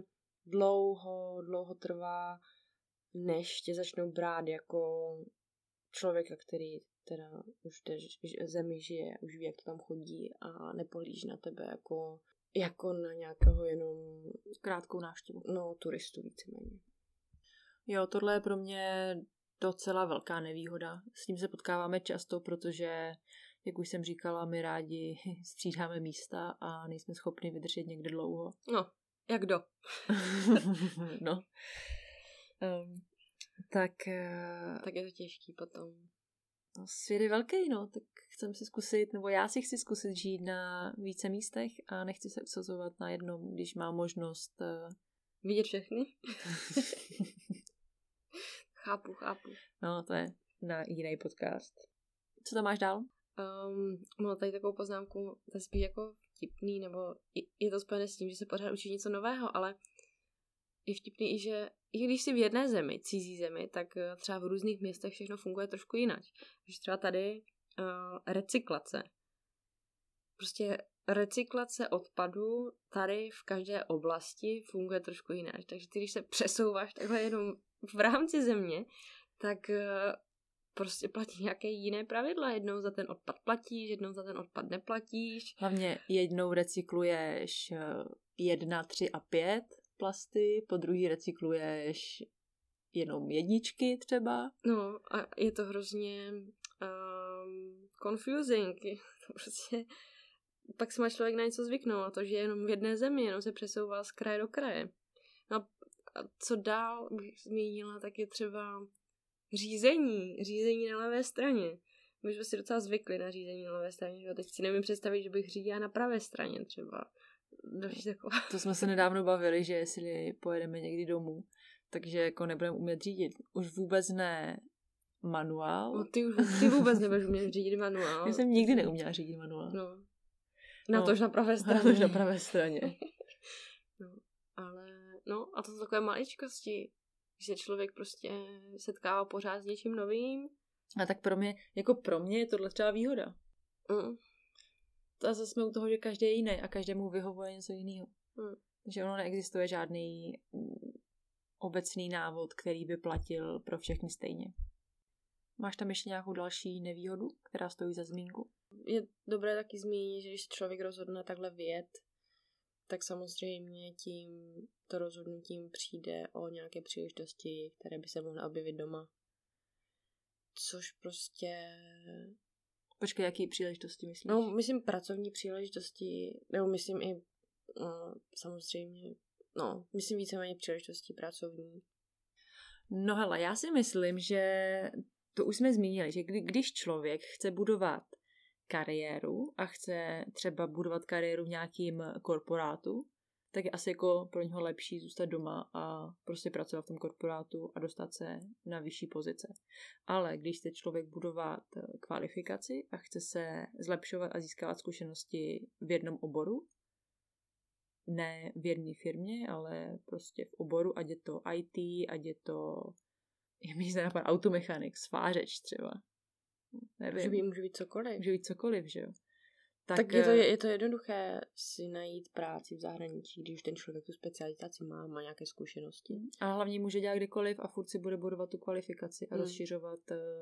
dlouho trvá, než tě začnou brát jako člověka, který teda už v té zemi žije, už ví, jak to tam chodí a nepohlíží na tebe jako na nějakého jenom krátkou návštěvu. No, turistu víceméně. Jo, tohle je pro mě docela velká nevýhoda. S tím se potkáváme často, protože, jak už jsem říkala, my rádi střídáme místa a nejsme schopni vydržet někde dlouho. No, jak kdo? No. Tak je to těžký potom. No, svět je velký, no, tak chcem si zkusit, nebo já si chci zkusit žít na více místech a nechci se usazovat na jednom, když mám možnost vidět všechny? Chápu. No, to je na jiný podcast. Co tam máš dál? Mám tady takovou poznámku, to je spíš jako vtipný, nebo je to spojené s tím, že se pořád učí něco nového, ale je vtipný i, že i když jsi v jedné zemi, cizí zemi, tak třeba v různých městech všechno funguje trošku jinak. Takže třeba tady recyklace. Prostě recyklace odpadu tady v každé oblasti funguje trošku jinak. Takže ty, když se přesouváš takhle jenom v rámci země, tak prostě platí nějaké jiné pravidla. Jednou za ten odpad platíš, jednou za ten odpad neplatíš. Hlavně jednou recykluješ 1, 3 a 5 plasty, po druhý recykluješ jenom 1 třeba. No a je to hrozně confusing. Prostě pak se má člověk na něco zvyknout a to, že je jenom v jedné zemi, jenom se přesouvá z kraje do kraje. No co dál bych zmínila, tak je třeba řízení na levé straně. My jsme si docela zvykli na řízení na levé straně, že? Teď si nevím představit, že bych řídila na pravé straně třeba. To jsme se nedávno bavili, že jestli pojedeme někdy domů, takže jako nebudeme umět řídit. Už vůbec ne manuál. No, ty vůbec nebudeš umět řídit manuál. Já jsem nikdy neuměla řídit manuál. No. Natož na pravé straně. Natož na pravé straně. No, ale, no, a to jsou takové maličkosti, že člověk prostě setkává pořád s něčím novým. A tak pro mě je tohle třeba výhoda. A zase jsme u toho, že každý je jiný a každému vyhovuje něco jiného. Že ono neexistuje žádný obecný návod, který by platil pro všechny stejně. Máš tam ještě nějakou další nevýhodu, která stojí za zmínku? Je dobré taky zmínit, že když se člověk rozhodne takhle vyjet, tak samozřejmě tím to rozhodnutím přijde o nějaké příležitosti, které by se mohly objevit doma. Což prostě... Počkej, jaký příležitosti myslíš? No, myslím pracovní příležitosti, nebo myslím i samozřejmě, myslím víceméně příležitosti pracovní. No hele, já si myslím, že to už jsme zmínili, že když člověk chce budovat kariéru a chce třeba budovat kariéru v nějakým korporátu, tak je asi jako pro něho lepší zůstat doma a prostě pracovat v tom korporátu a dostat se na vyšší pozice. Ale když chce člověk budovat kvalifikaci a chce se zlepšovat a získávat zkušenosti v jednom oboru, ne v jedné firmě, ale prostě v oboru, ať je to IT, ať je to automechanik, svářeč třeba. Nevím. Může být cokoliv. Může být cokoliv, že jo. Tak je to jednoduché si najít práci v zahraničí, když ten člověk tu specializaci má nějaké zkušenosti. A hlavně může dělat kdykoliv a furt si bude budovat tu kvalifikaci a rozšiřovat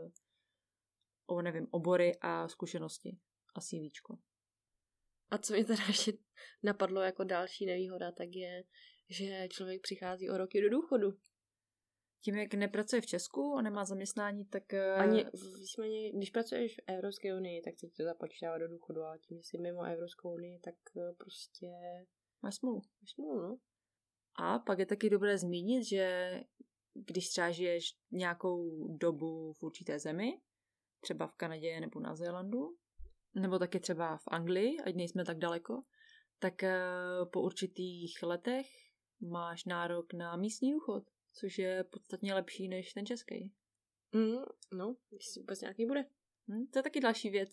obory a zkušenosti a CVčko. A co mi teda ještě napadlo jako další nevýhoda, tak je, že člověk přichází o roky do důchodu. Tím, jak nepracuje v Česku a nemá zaměstnání, tak... Ani, když pracuješ v Evropské unii, tak se ti to započítává do důchodu, ale tím, že jsi mimo Evropskou unii, tak prostě... Máš smůlu. No. A pak je taky dobré zmínit, že když třeba žiješ nějakou dobu v určité zemi, třeba v Kanadě nebo na Zélandu, nebo taky třeba v Anglii, ať nejsme tak daleko, tak po určitých letech máš nárok na místní důchod, což je podstatně lepší než ten český. No, jestli vůbec nějaký bude. To je taky další věc,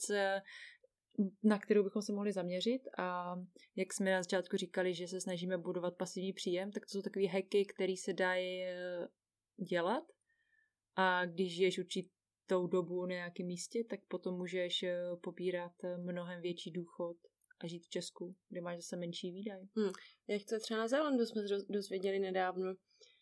na kterou bychom se mohli zaměřit, a jak jsme na začátku říkali, že se snažíme budovat pasivní příjem, tak to jsou takové hacky, které se dají dělat, a když žiješ určitou dobu na nějakém místě, tak potom můžeš pobírat mnohem větší důchod a žít v Česku, kde máš zase menší výdaj. Jak to je třeba na Zélandu, jsme dozvěděli nedávno,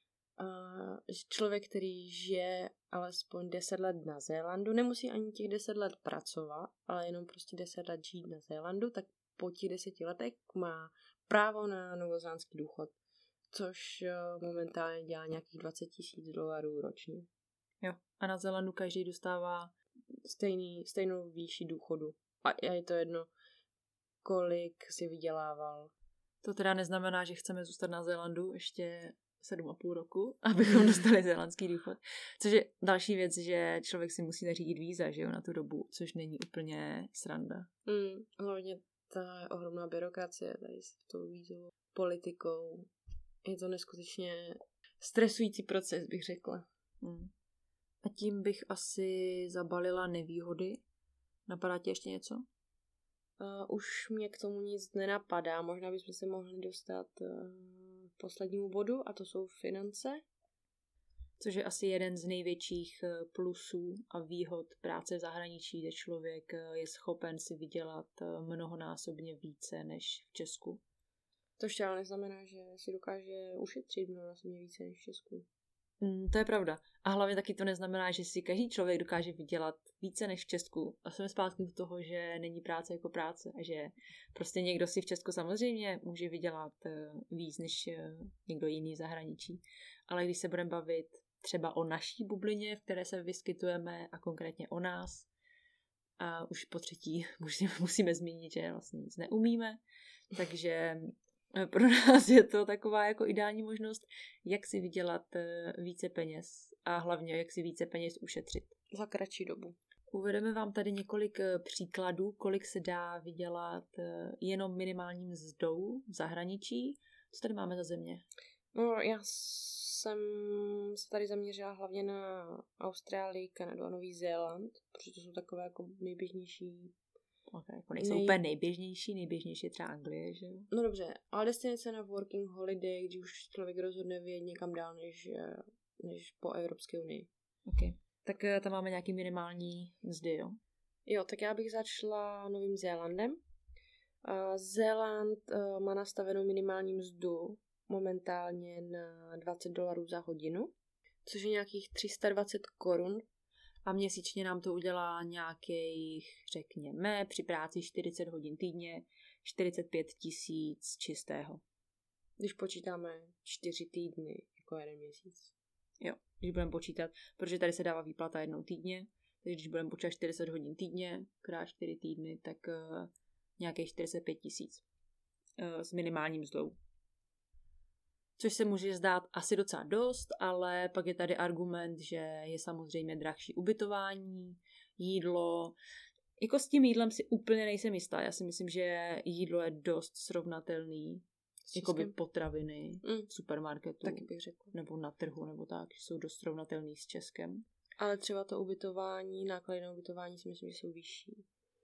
že člověk, který žije alespoň 10 let na Zélandu, nemusí ani těch 10 let pracovat, ale jenom prostě 10 let žít na Zélandu, tak po těch 10 letech má právo na novozélandský důchod, což momentálně dělá nějakých $20,000 ročně. Jo, a na Zélandu každý dostává stejnou výši důchodu. A je to jedno, kolik si vydělával. To teda neznamená, že chceme zůstat na Zélandu ještě 7,5 roku, abychom dostali zélandský důchod. Což je další věc, že člověk si musí zařídit víza, že jo, na tu dobu, což není úplně sranda. Hlavně ta ohromná byrokracie tady s tou vízovou politikou. Je to neskutečně stresující proces, bych řekla. A tím bych asi zabalila nevýhody. Napadá ti ještě něco? Už mě k tomu nic nenapadá. Možná bychom se mohli dostat k poslednímu bodu, a to jsou finance. Což je asi jeden z největších plusů a výhod práce v zahraničí, kde člověk je schopen si vydělat mnohonásobně více než v Česku. To ještě ale neznamená, že si dokáže ušetřit mnohonásobně více než v Česku. To je pravda. A hlavně taky to neznamená, že si každý člověk dokáže vydělat více než v Česku. A jsme zpátky do toho, že není práce jako práce a že prostě někdo si v Česku samozřejmě může vydělat víc než někdo jiný v zahraničí. Ale když se budeme bavit třeba o naší bublině, v které se vyskytujeme, a konkrétně o nás, a už po třetí musíme zmínit, že vlastně nic neumíme, takže Pro nás je to taková jako ideální možnost, jak si vydělat více peněz a hlavně jak si více peněz ušetřit. Za kratší dobu. Uvedeme vám tady několik příkladů, kolik se dá vydělat jenom minimální mzdou v zahraničí. Co tady máme za země? No, já jsem se tady zaměřila hlavně na Austrálii, Kanadu a Nový Zéland, protože to jsou takové jako nejběžnější. Okay, jako nejsou úplně nejběžnější je třeba Anglie, že jo? No dobře, ale destinace na working holiday, když už člověk rozhodne vyjet někam dál než po Evropské unii. Okay. Tak tam máme nějaký minimální mzdy, jo? Jo, tak já bych začala Novým Zélandem. Zéland má nastavenou minimální mzdu momentálně na $20 za hodinu, což je nějakých 320 korun. A měsíčně nám to udělá nějakých, řekněme, při práci 40 hodin týdně, 45 000 čistého. Když počítáme 4 týdny jako jeden měsíc. Jo, když budeme počítat, protože tady se dává výplata jednou týdně, takže když budeme počítat 40 hodin týdně, krát 4 týdny, tak nějakých 45 000 s minimálním mzdou. Což se může zdát asi docela dost, ale pak je tady argument, že je samozřejmě drahší ubytování, jídlo. Jako s tím jídlem si úplně nejsem jistá. Já si myslím, že jídlo je dost srovnatelný. Jakoby potraviny v supermarketu. Taky bych řekla. Nebo na trhu, nebo tak, že jsou dost srovnatelný s Českem. Ale třeba to ubytování, náklady na ubytování si myslím, že jsou vyšší.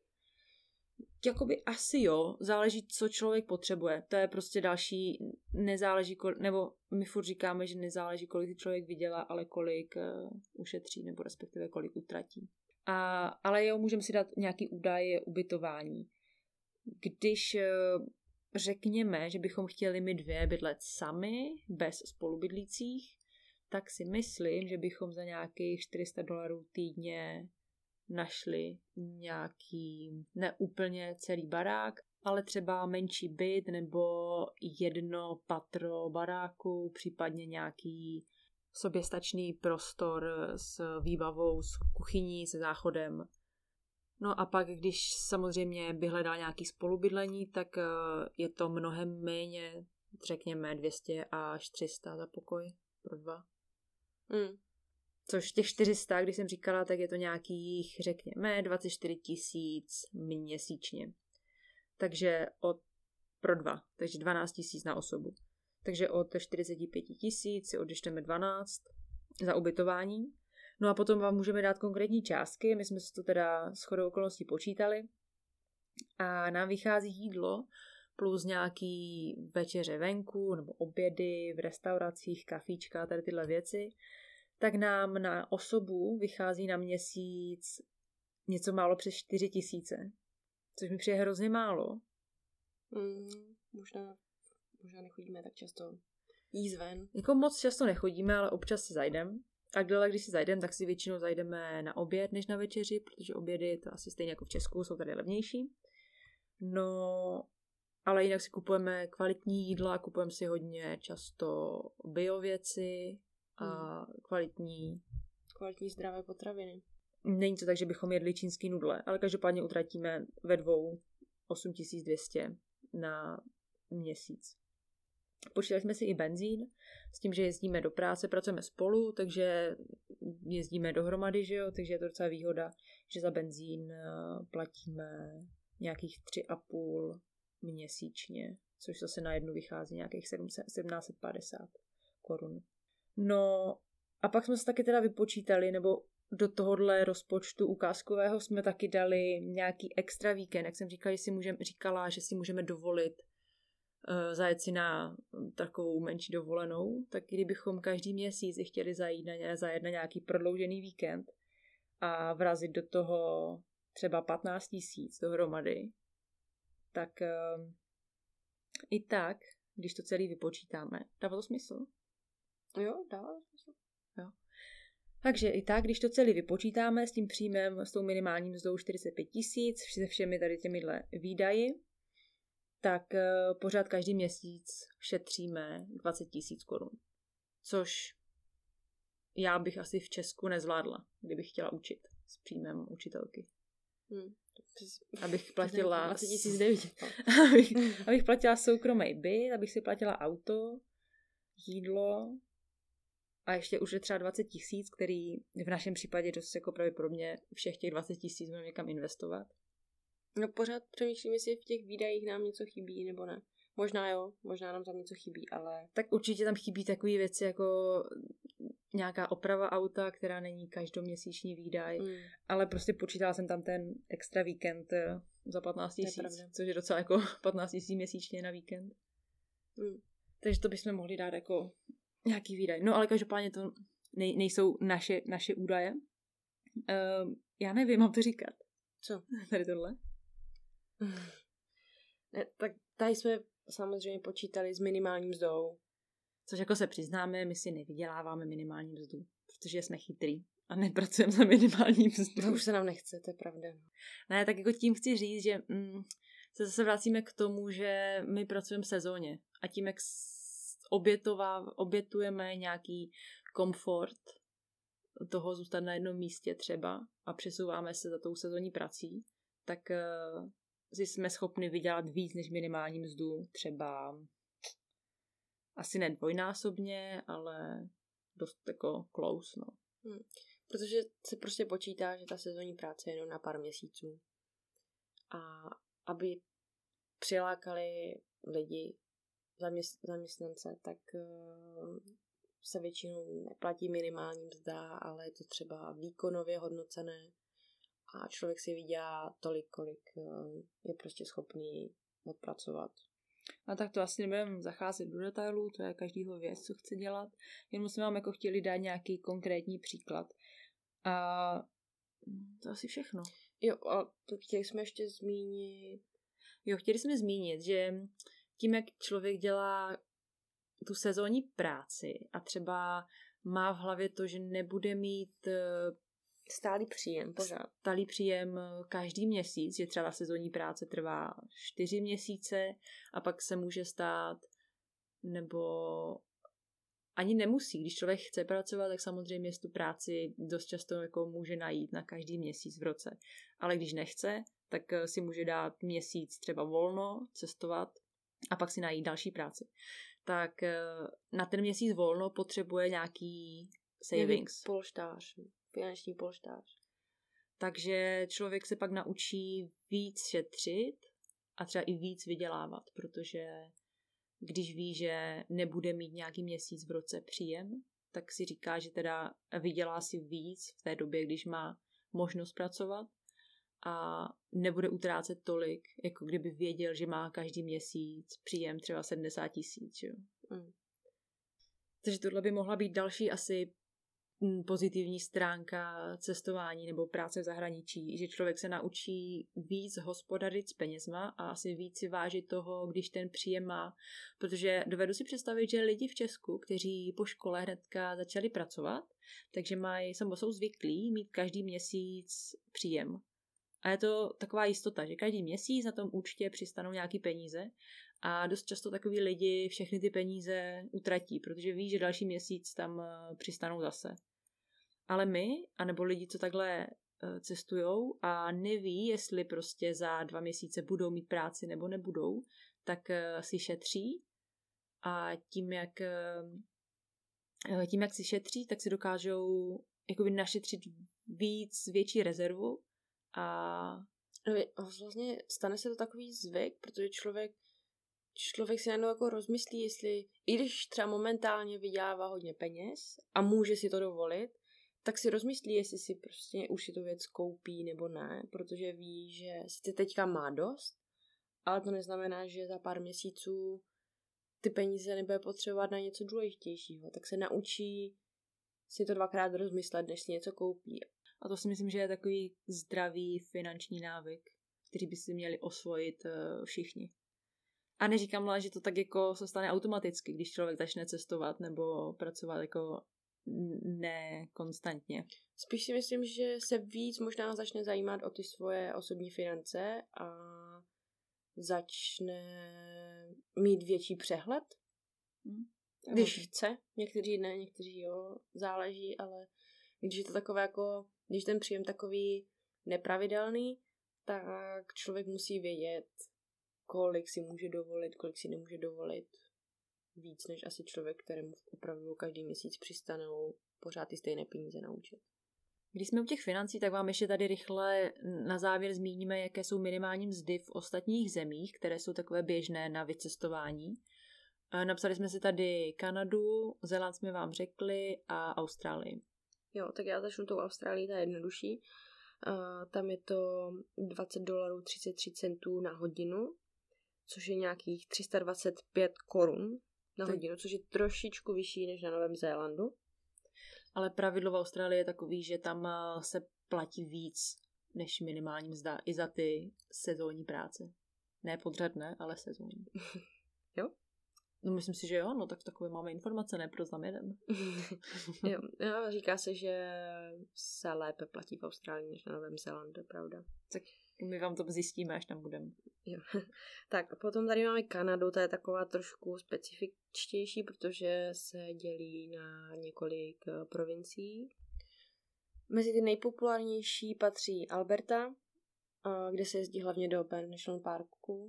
Jakoby asi jo, záleží, co člověk potřebuje. To je prostě další, nezáleží, nebo my furt říkáme, že nezáleží, kolik člověk vydělá, ale kolik ušetří, nebo respektive kolik utratí. Ale jo, můžeme si dát nějaký údaj ubytování. Když řekněme, že bychom chtěli my dvě bydlet sami, bez spolubydlících, tak si myslím, že bychom za nějakých $400 týdně našli nějaký, ne úplně celý barák, ale třeba menší byt nebo jedno patro baráku, případně nějaký soběstačný prostor s výbavou, s kuchyní, se záchodem. No a pak, když samozřejmě by hledal nějaký spolubydlení, tak je to mnohem méně, řekněme 200 až 300 za pokoj pro dva. Což těch 400, když jsem říkala, tak je to nějakých, řekněme, 24 000 měsíčně. Takže pro dva, takže 12 000 na osobu. Takže od 45 000 si odečteme 12 za ubytování. No a potom vám můžeme dát konkrétní částky, my jsme si to teda shodou okolností počítali. A nám vychází jídlo plus nějaký večeře venku, nebo obědy v restauracích, kafíčka, tady tyhle věci. Tak nám na osobu vychází na měsíc něco málo přes 4 000, což mi přijde hrozně málo. Možná nechodíme tak často jíst ven. Jako moc často nechodíme, ale občas si zajdem. A když si zajdem, tak si většinou zajdeme na oběd než na večeři, protože obědy, to asi stejně jako v Česku, jsou tady levnější. No, ale jinak si kupujeme kvalitní jídla, kupujeme si hodně často bio věci, a kvalitní zdravé potraviny. Není to tak, že bychom jedli čínský nudle, ale každopádně utratíme ve dvou 8200 na měsíc. Počítali jsme si i benzín, s tím, že jezdíme do práce, pracujeme spolu, takže jezdíme dohromady, že jo, takže je to docela výhoda, že za benzín platíme nějakých 3,5 měsíčně, což zase na jednu vychází nějakých 1750 korun. No a pak jsme se taky teda vypočítali, nebo do tohohle rozpočtu ukázkového jsme taky dali nějaký extra víkend, jak jsem říkala, že si můžeme dovolit zajet si na takovou menší dovolenou, tak kdybychom každý měsíc chtěli zajet na nějaký prodloužený víkend a vrazit do toho třeba 15 000 dohromady, tak i tak, když to celý vypočítáme, dává to smysl? Jo, dává to smysl. Jo. Takže i tak, když to celý vypočítáme s tím příjmem, s tou minimální mzdou 45 000, se všemi tady těmihle výdaji, tak pořád každý měsíc šetříme 20 000 korun. Což já bych asi v Česku nezvládla, kdybych chtěla učit s příjmem učitelky. Abych platila 20 900. abych platila soukromý byt, abych si platila auto, jídlo a ještě už je třeba 20 000, který v našem případě dost jako pravděpodobně všech těch 20 000 budeme někam investovat. No pořád přemýšlím, jestli v těch výdajích nám něco chybí, nebo ne. Možná jo, možná nám tam něco chybí, ale... Tak určitě tam chybí takové věci jako nějaká oprava auta, která není každoměsíční výdaj, ale prostě počítala jsem tam ten extra víkend za 15 000, což je docela jako 15 000 měsíčně na víkend. Takže to bychom mohli dát jako nějaký výdaj. No ale každopádně to nejsou naše údaje. Já nevím, mám to říkat. Co? Tady tohle? Ne, tak tady jsme samozřejmě počítali s minimální mzdou. Což jako se přiznáme, my si nevyděláváme minimální mzdu, protože jsme chytrý a nepracujeme za minimální mzdu. To už se nám nechce, to je pravda. Ne, tak jako tím chci říct, že se zase vracíme k tomu, že my pracujeme v sezóně a tím, jak obětujeme nějaký komfort toho zůstat na jednom místě třeba a přesouváme se za tou sezónní prací, tak si jsme schopni vydělat víc než minimální mzdu, třeba asi ne dvojnásobně, ale dost jako close, no. Protože se prostě počítá, že ta sezónní práce je jenom na pár měsíců. A aby přilákali lidi, zaměstnance, tak se většinou neplatí minimální mzda, ale je to třeba výkonově hodnocené a člověk si vydělá tolik, kolik je prostě schopný odpracovat. A tak to asi nebudeme zacházet do detailů, to je každýho věc, co chce dělat. Jenom jsme vám jako chtěli dát nějaký konkrétní příklad. A to asi všechno. Jo, a to chtěli jsme ještě zmínit. Jo, chtěli jsme zmínit, že tím, jak člověk dělá tu sezónní práci a třeba má v hlavě to, že nebude mít stálý příjem, pořád. Stálý příjem každý měsíc, že třeba sezónní práce trvá 4 měsíce a pak se může stát, nebo ani nemusí. Když člověk chce pracovat, tak samozřejmě tu práci dost často jako může najít na každý měsíc v roce. Ale když nechce, tak si může dát měsíc třeba volno, cestovat a pak si najít další práci. Tak na ten měsíc volno potřebuje nějaký savings. Polštář. Finanční polštář. Takže člověk se pak naučí víc šetřit a třeba i víc vydělávat, protože když ví, že nebude mít nějaký měsíc v roce příjem, tak si říká, že teda vydělá si víc v té době, když má možnost pracovat a nebude utrácet tolik, jako kdyby věděl, že má každý měsíc příjem třeba 70 000. Takže tohle by mohla být další asi pozitivní stránka cestování nebo práce v zahraničí, že člověk se naučí víc hospodařit s penězma a asi víc si vážit toho, když ten příjem má, protože dovedu si představit, že lidi v Česku, kteří po škole hnedka začali pracovat, takže jsou zvyklí mít každý měsíc příjem. A je to taková jistota, že každý měsíc na tom účtě přistanou nějaký peníze a dost často takový lidi všechny ty peníze utratí, protože ví, že další měsíc tam přistanou zase. Ale my, anebo lidi, co takhle cestujou a neví, jestli prostě za 2 měsíce budou mít práci nebo nebudou, tak si šetří a tím, jak si šetří, tak si dokážou jakoby našetřit větší rezervu a vlastně stane se to takový zvyk, protože člověk si najednou jako rozmyslí, jestli, i když třeba momentálně vydělává hodně peněz a může si to dovolit, tak si rozmyslí, jestli si prostě už si tu věc koupí nebo ne, protože ví, že si teďka má dost, ale to neznamená, že za pár měsíců ty peníze nebude potřebovat na něco důležitějšího, tak se naučí si to 2krát rozmyslet, než si něco koupí. A to si myslím, že je takový zdravý finanční návyk, který by si měli osvojit všichni. A neříkám ale, že to tak jako se stane automaticky, když člověk začne cestovat nebo pracovat jako nekonstantně. Spíš si myslím, že se víc možná začne zajímat o ty svoje osobní finance a začne mít větší přehled. Když chce, někteří ne, někteří jo, záleží, ale když je to takové jako, když ten příjem takový nepravidelný, tak člověk musí vědět, kolik si může dovolit, kolik si nemůže dovolit. Víc než asi člověk, kterému opravdu každý měsíc přistanou pořád ty stejné peníze na účet. Když jsme u těch financí, tak vám ještě tady rychle na závěr zmíníme, jaké jsou minimální mzdy v ostatních zemích, které jsou takové běžné na vycestování. Napsali jsme si tady Kanadu, Zéland jsme vám řekli a Austrálii. Jo, tak já začnu tou Austrálií, ta je jednodušší. Tam je to $20.33 na hodinu, což je nějakých 325 korun na hodinu, což je trošičku vyšší než na Novém Zélandu. Ale pravidlo v Austrálii je takový, že tam se platí víc než minimální mzda i za ty sezónní práce. Ne podřadné, ale sezónní. Jo? No myslím si, že jo, no tak takové máme informace, ne proč tam jedem. Jo, říká se, že se lépe platí v Austrálii než na Novém Zélandu, pravda. Tak my vám to zjistíme, až tam budeme. Jo. Tak a potom tady máme Kanadu, ta je taková trošku specifičtější, protože se dělí na několik provincií. Mezi ty nejpopulárnější patří Alberta, kde se jezdí hlavně do Banff National Parku.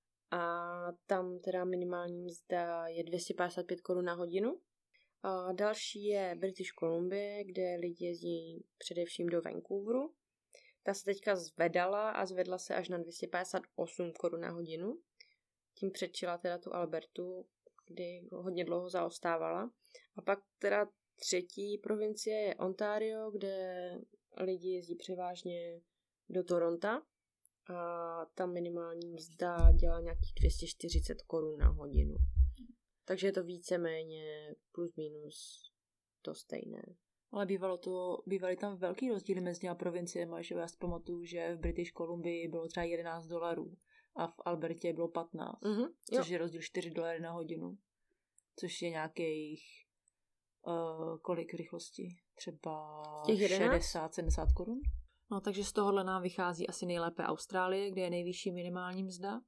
A tam teda minimální mzda je 255 korun na hodinu. A další je British Columbia, kde lidi jezdí především do Vancouveru. Ta se teďka zvedala a zvedla se až na 258 korun na hodinu. Tím předčila teda tu Albertu, kdy hodně dlouho zaostávala. A pak teda třetí provincie je Ontario, kde lidi jezdí převážně do Toronta. A tam minimální mzda dělá nějakých 240 korun na hodinu. Takže je to víceméně plus minus to stejné. Ale bývaly tam velký rozdíly mezi těma provinciemi, že já si pamatuju, že v British Columbii bylo třeba $11 a v Albertě bylo 15, což je rozdíl $4 na hodinu, což je nějakých kolik rychlosti? Třeba 60-70 korun? No, takže z tohohle nám vychází asi nejlépe Austrálie, kde je nejvyšší minimální mzda.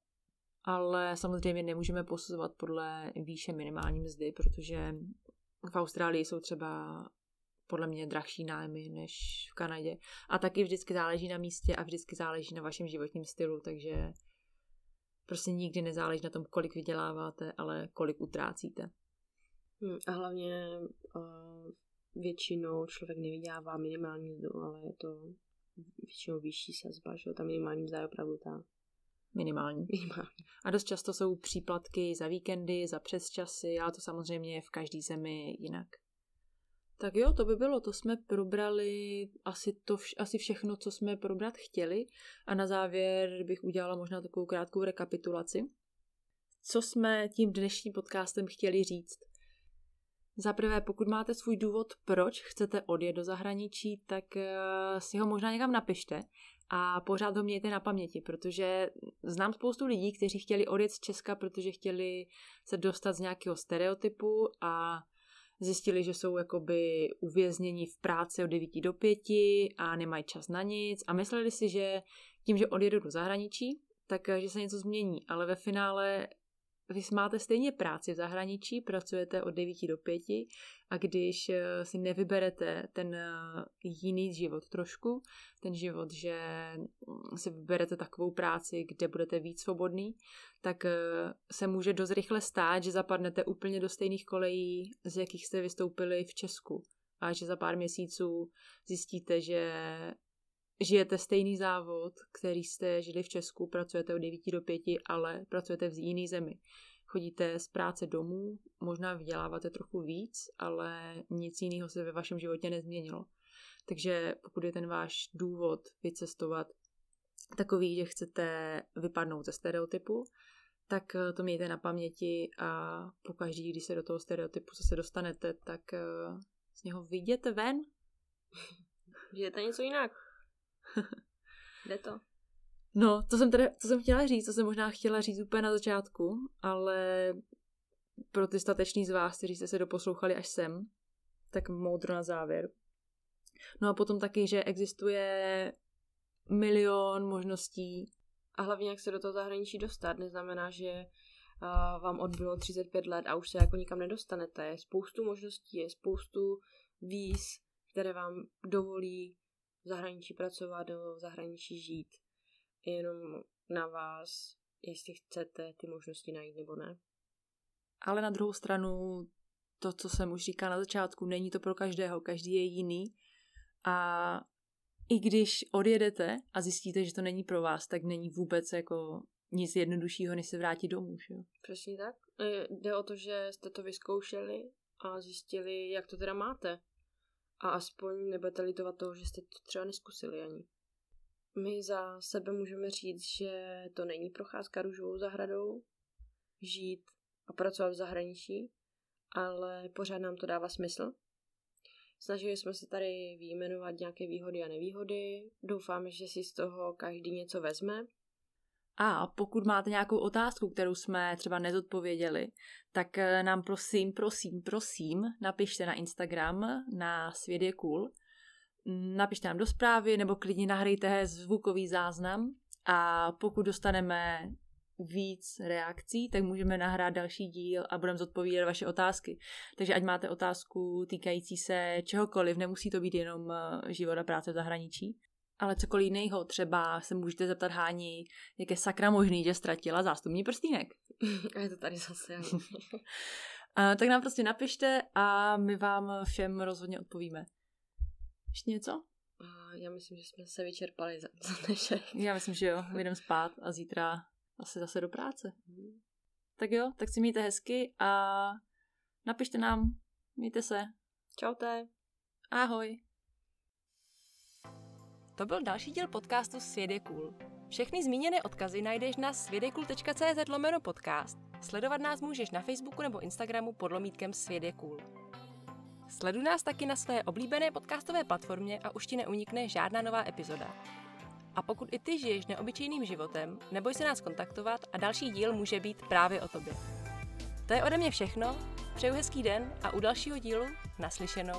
Ale samozřejmě nemůžeme posuzovat podle výše minimální mzdy, protože v Austrálii jsou třeba podle mě drahší nájmy než v Kanadě. A taky vždycky záleží na místě a vždycky záleží na vašem životním stylu, takže prostě nikdy nezáleží na tom, kolik vyděláváte, ale kolik utrácíte. A hlavně většinou člověk nevydělává minimální mzdu, ale je to většinou vyšší sazba, že ta minimální mzda je opravdu ta minimální. A dost často jsou příplatky za víkendy, za přesčasy, ale to samozřejmě je v každé zemi jinak. Tak jo, to by bylo, to jsme probrali asi všechno, co jsme probrat chtěli a na závěr bych udělala možná takovou krátkou rekapitulaci. Co jsme tím dnešním podcastem chtěli říct? Za prvé, pokud máte svůj důvod, proč chcete odjet do zahraničí, tak si ho možná někam napište a pořád ho mějte na paměti, protože znám spoustu lidí, kteří chtěli odjet z Česka, protože chtěli se dostat z nějakého stereotypu a zjistili, že jsou jakoby uvězněni v práci od 9 do 5 a nemají čas na nic a mysleli si, že tím, že odjedou do zahraničí, tak že se něco změní, ale ve finále vy máte stejně práci v zahraničí, pracujete od 9 do 5 a když si nevyberete ten jiný život trošku, ten život, že si vyberete takovou práci, kde budete víc svobodný, tak se může dost rychle stát, že zapadnete úplně do stejných kolejí, z jakých jste vystoupili v Česku. A že za pár měsíců zjistíte, že žijete stejný závod, který jste žili v Česku, pracujete od 9 do 5, ale pracujete v jiný zemi. Chodíte z práce domů, možná vyděláváte trochu víc, ale nic jiného se ve vašem životě nezměnilo. Takže pokud je ten váš důvod vycestovat takový, že chcete vypadnout ze stereotypu, tak to mějte na paměti a pokaždý, když se do toho stereotypu se dostanete, tak z něho vyjděte ven. Žijete něco jinak. Jde to. No, to jsem chtěla říct, to jsem možná chtěla říct úplně na začátku, ale pro ty stateční z vás, kteří jste se doposlouchali až sem, tak moudro na závěr. No a potom taky, že existuje milion možností. A hlavně, jak se do toho zahraničí dostat, neznamená, že vám odbylo 35 let a už se jako nikam nedostanete. Je spoustu možností, je spoustu víz, které vám dovolí v zahraničí pracovat, v zahraničí žít. jenom na vás, jestli chcete ty možnosti najít nebo ne. Ale na druhou stranu, to, co jsem už říkala na začátku, není to pro každého, každý je jiný a i když odjedete a zjistíte, že to není pro vás, tak není vůbec jako nic jednoduššího, než se vrátit domů, že jo? Přesně tak. Jde o to, že jste to vyzkoušeli a zjistili, jak to teda máte. A aspoň nebudete litovat toho, že jste to třeba neskusili ani. My za sebe můžeme říct, že to není procházka růžovou zahradou, žít a pracovat v zahraničí, ale pořád nám to dává smysl. Snažili jsme se tady vyjmenovat nějaké výhody a nevýhody. Doufáme, že si z toho každý něco vezme. A pokud máte nějakou otázku, kterou jsme třeba nezodpověděli, tak nám prosím, napište na Instagram, na Svět je cool. Napište nám do zprávy nebo klidně nahrajte zvukový záznam a pokud dostaneme víc reakcí, tak můžeme nahrát další díl a budeme zodpovídat vaše otázky. Takže ať máte otázku týkající se čehokoliv, nemusí to být jenom život a práce v zahraničí, ale cokoliv jiného, třeba se můžete zeptat Háni, jak je sakra možný, že ztratila zástupní prstýnek. A je to tady zase. Tak nám prostě napište a my vám všem rozhodně odpovíme. Ještě něco? Já myslím, že jsme se vyčerpali za dnešek. Já myslím, že jo. Jdem spát a zítra zase do práce. Tak jo, tak si mějte hezky a napište nám. Mějte se. Čaute. Ahoj. To byl další díl podcastu Svět je cool. Všechny zmíněné odkazy najdeš na světjecool.cz/podcast. Sledovat nás můžeš na Facebooku nebo Instagramu pod lomítkem Svět je cool. Sleduj nás taky na své oblíbené podcastové platformě a už ti neunikne žádná nová epizoda. A pokud i ty žiješ neobyčejným životem, neboj se nás kontaktovat a další díl může být právě o tobě. To je ode mě všechno, přeju hezký den a u dalšího dílu naslyšenou.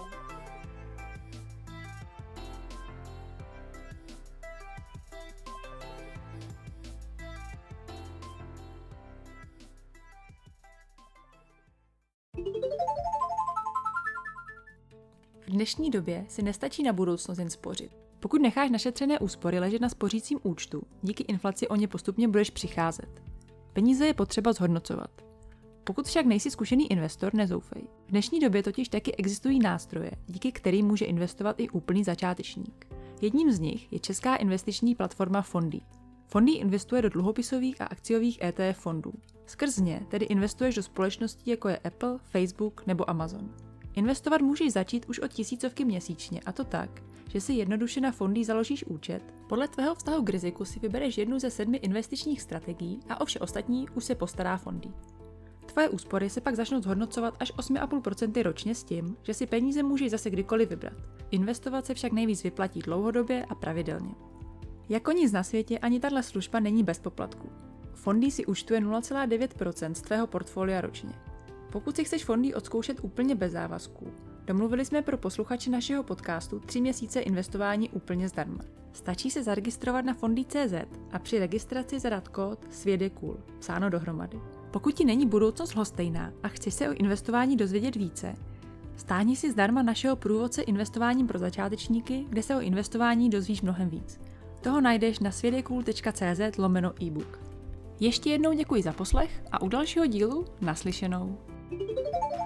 V dnešní době si nestačí na budoucnost jen spořit. Pokud necháš našetřené úspory ležet na spořícím účtu, díky inflaci o ně postupně budeš přicházet. Peníze je potřeba zhodnocovat. Pokud však nejsi zkušený investor, nezoufej. V dnešní době totiž taky existují nástroje, díky kterým může investovat i úplný začátečník. Jedním z nich je česká investiční platforma Fondy. Fondy investuje do dluhopisových a akciových ETF fondů. Skrz ně tedy investuješ do společností jako je Apple, Facebook nebo Amazon. Investovat můžeš začít už od 1000 měsíčně, a to tak, že si jednoduše na Fondy založíš účet, podle tvého vztahu k riziku si vybereš jednu ze 7 investičních strategií a o vše ostatní už se postará Fondy. Tvoje úspory se pak začnou zhodnocovat až 8,5% ročně s tím, že si peníze můžeš zase kdykoliv vybrat. Investovat se však nejvíc vyplatí dlouhodobě a pravidelně. Jako nic na světě ani tahle služba není bez poplatku. Fondy si účtuje 0,9% z tvého portfolia ročně. Pokud si chceš Fondy odzkoušet úplně bez závazků, domluvili jsme pro posluchače našeho podcastu 3 měsíce investování úplně zdarma. Stačí se zaregistrovat na Fondy.cz a při registraci zadat kód Svět je cool, psáno dohromady. Pokud ti není budoucnost lhostejná a chceš se o investování dozvědět více, stáhni si zdarma našeho průvodce investováním pro začátečníky, kde se o investování dozvíš mnohem víc. Toho najdeš na světjecool.cz/ebook. Ještě jednou děkuji za poslech a u dalšího dílu naslyšenou.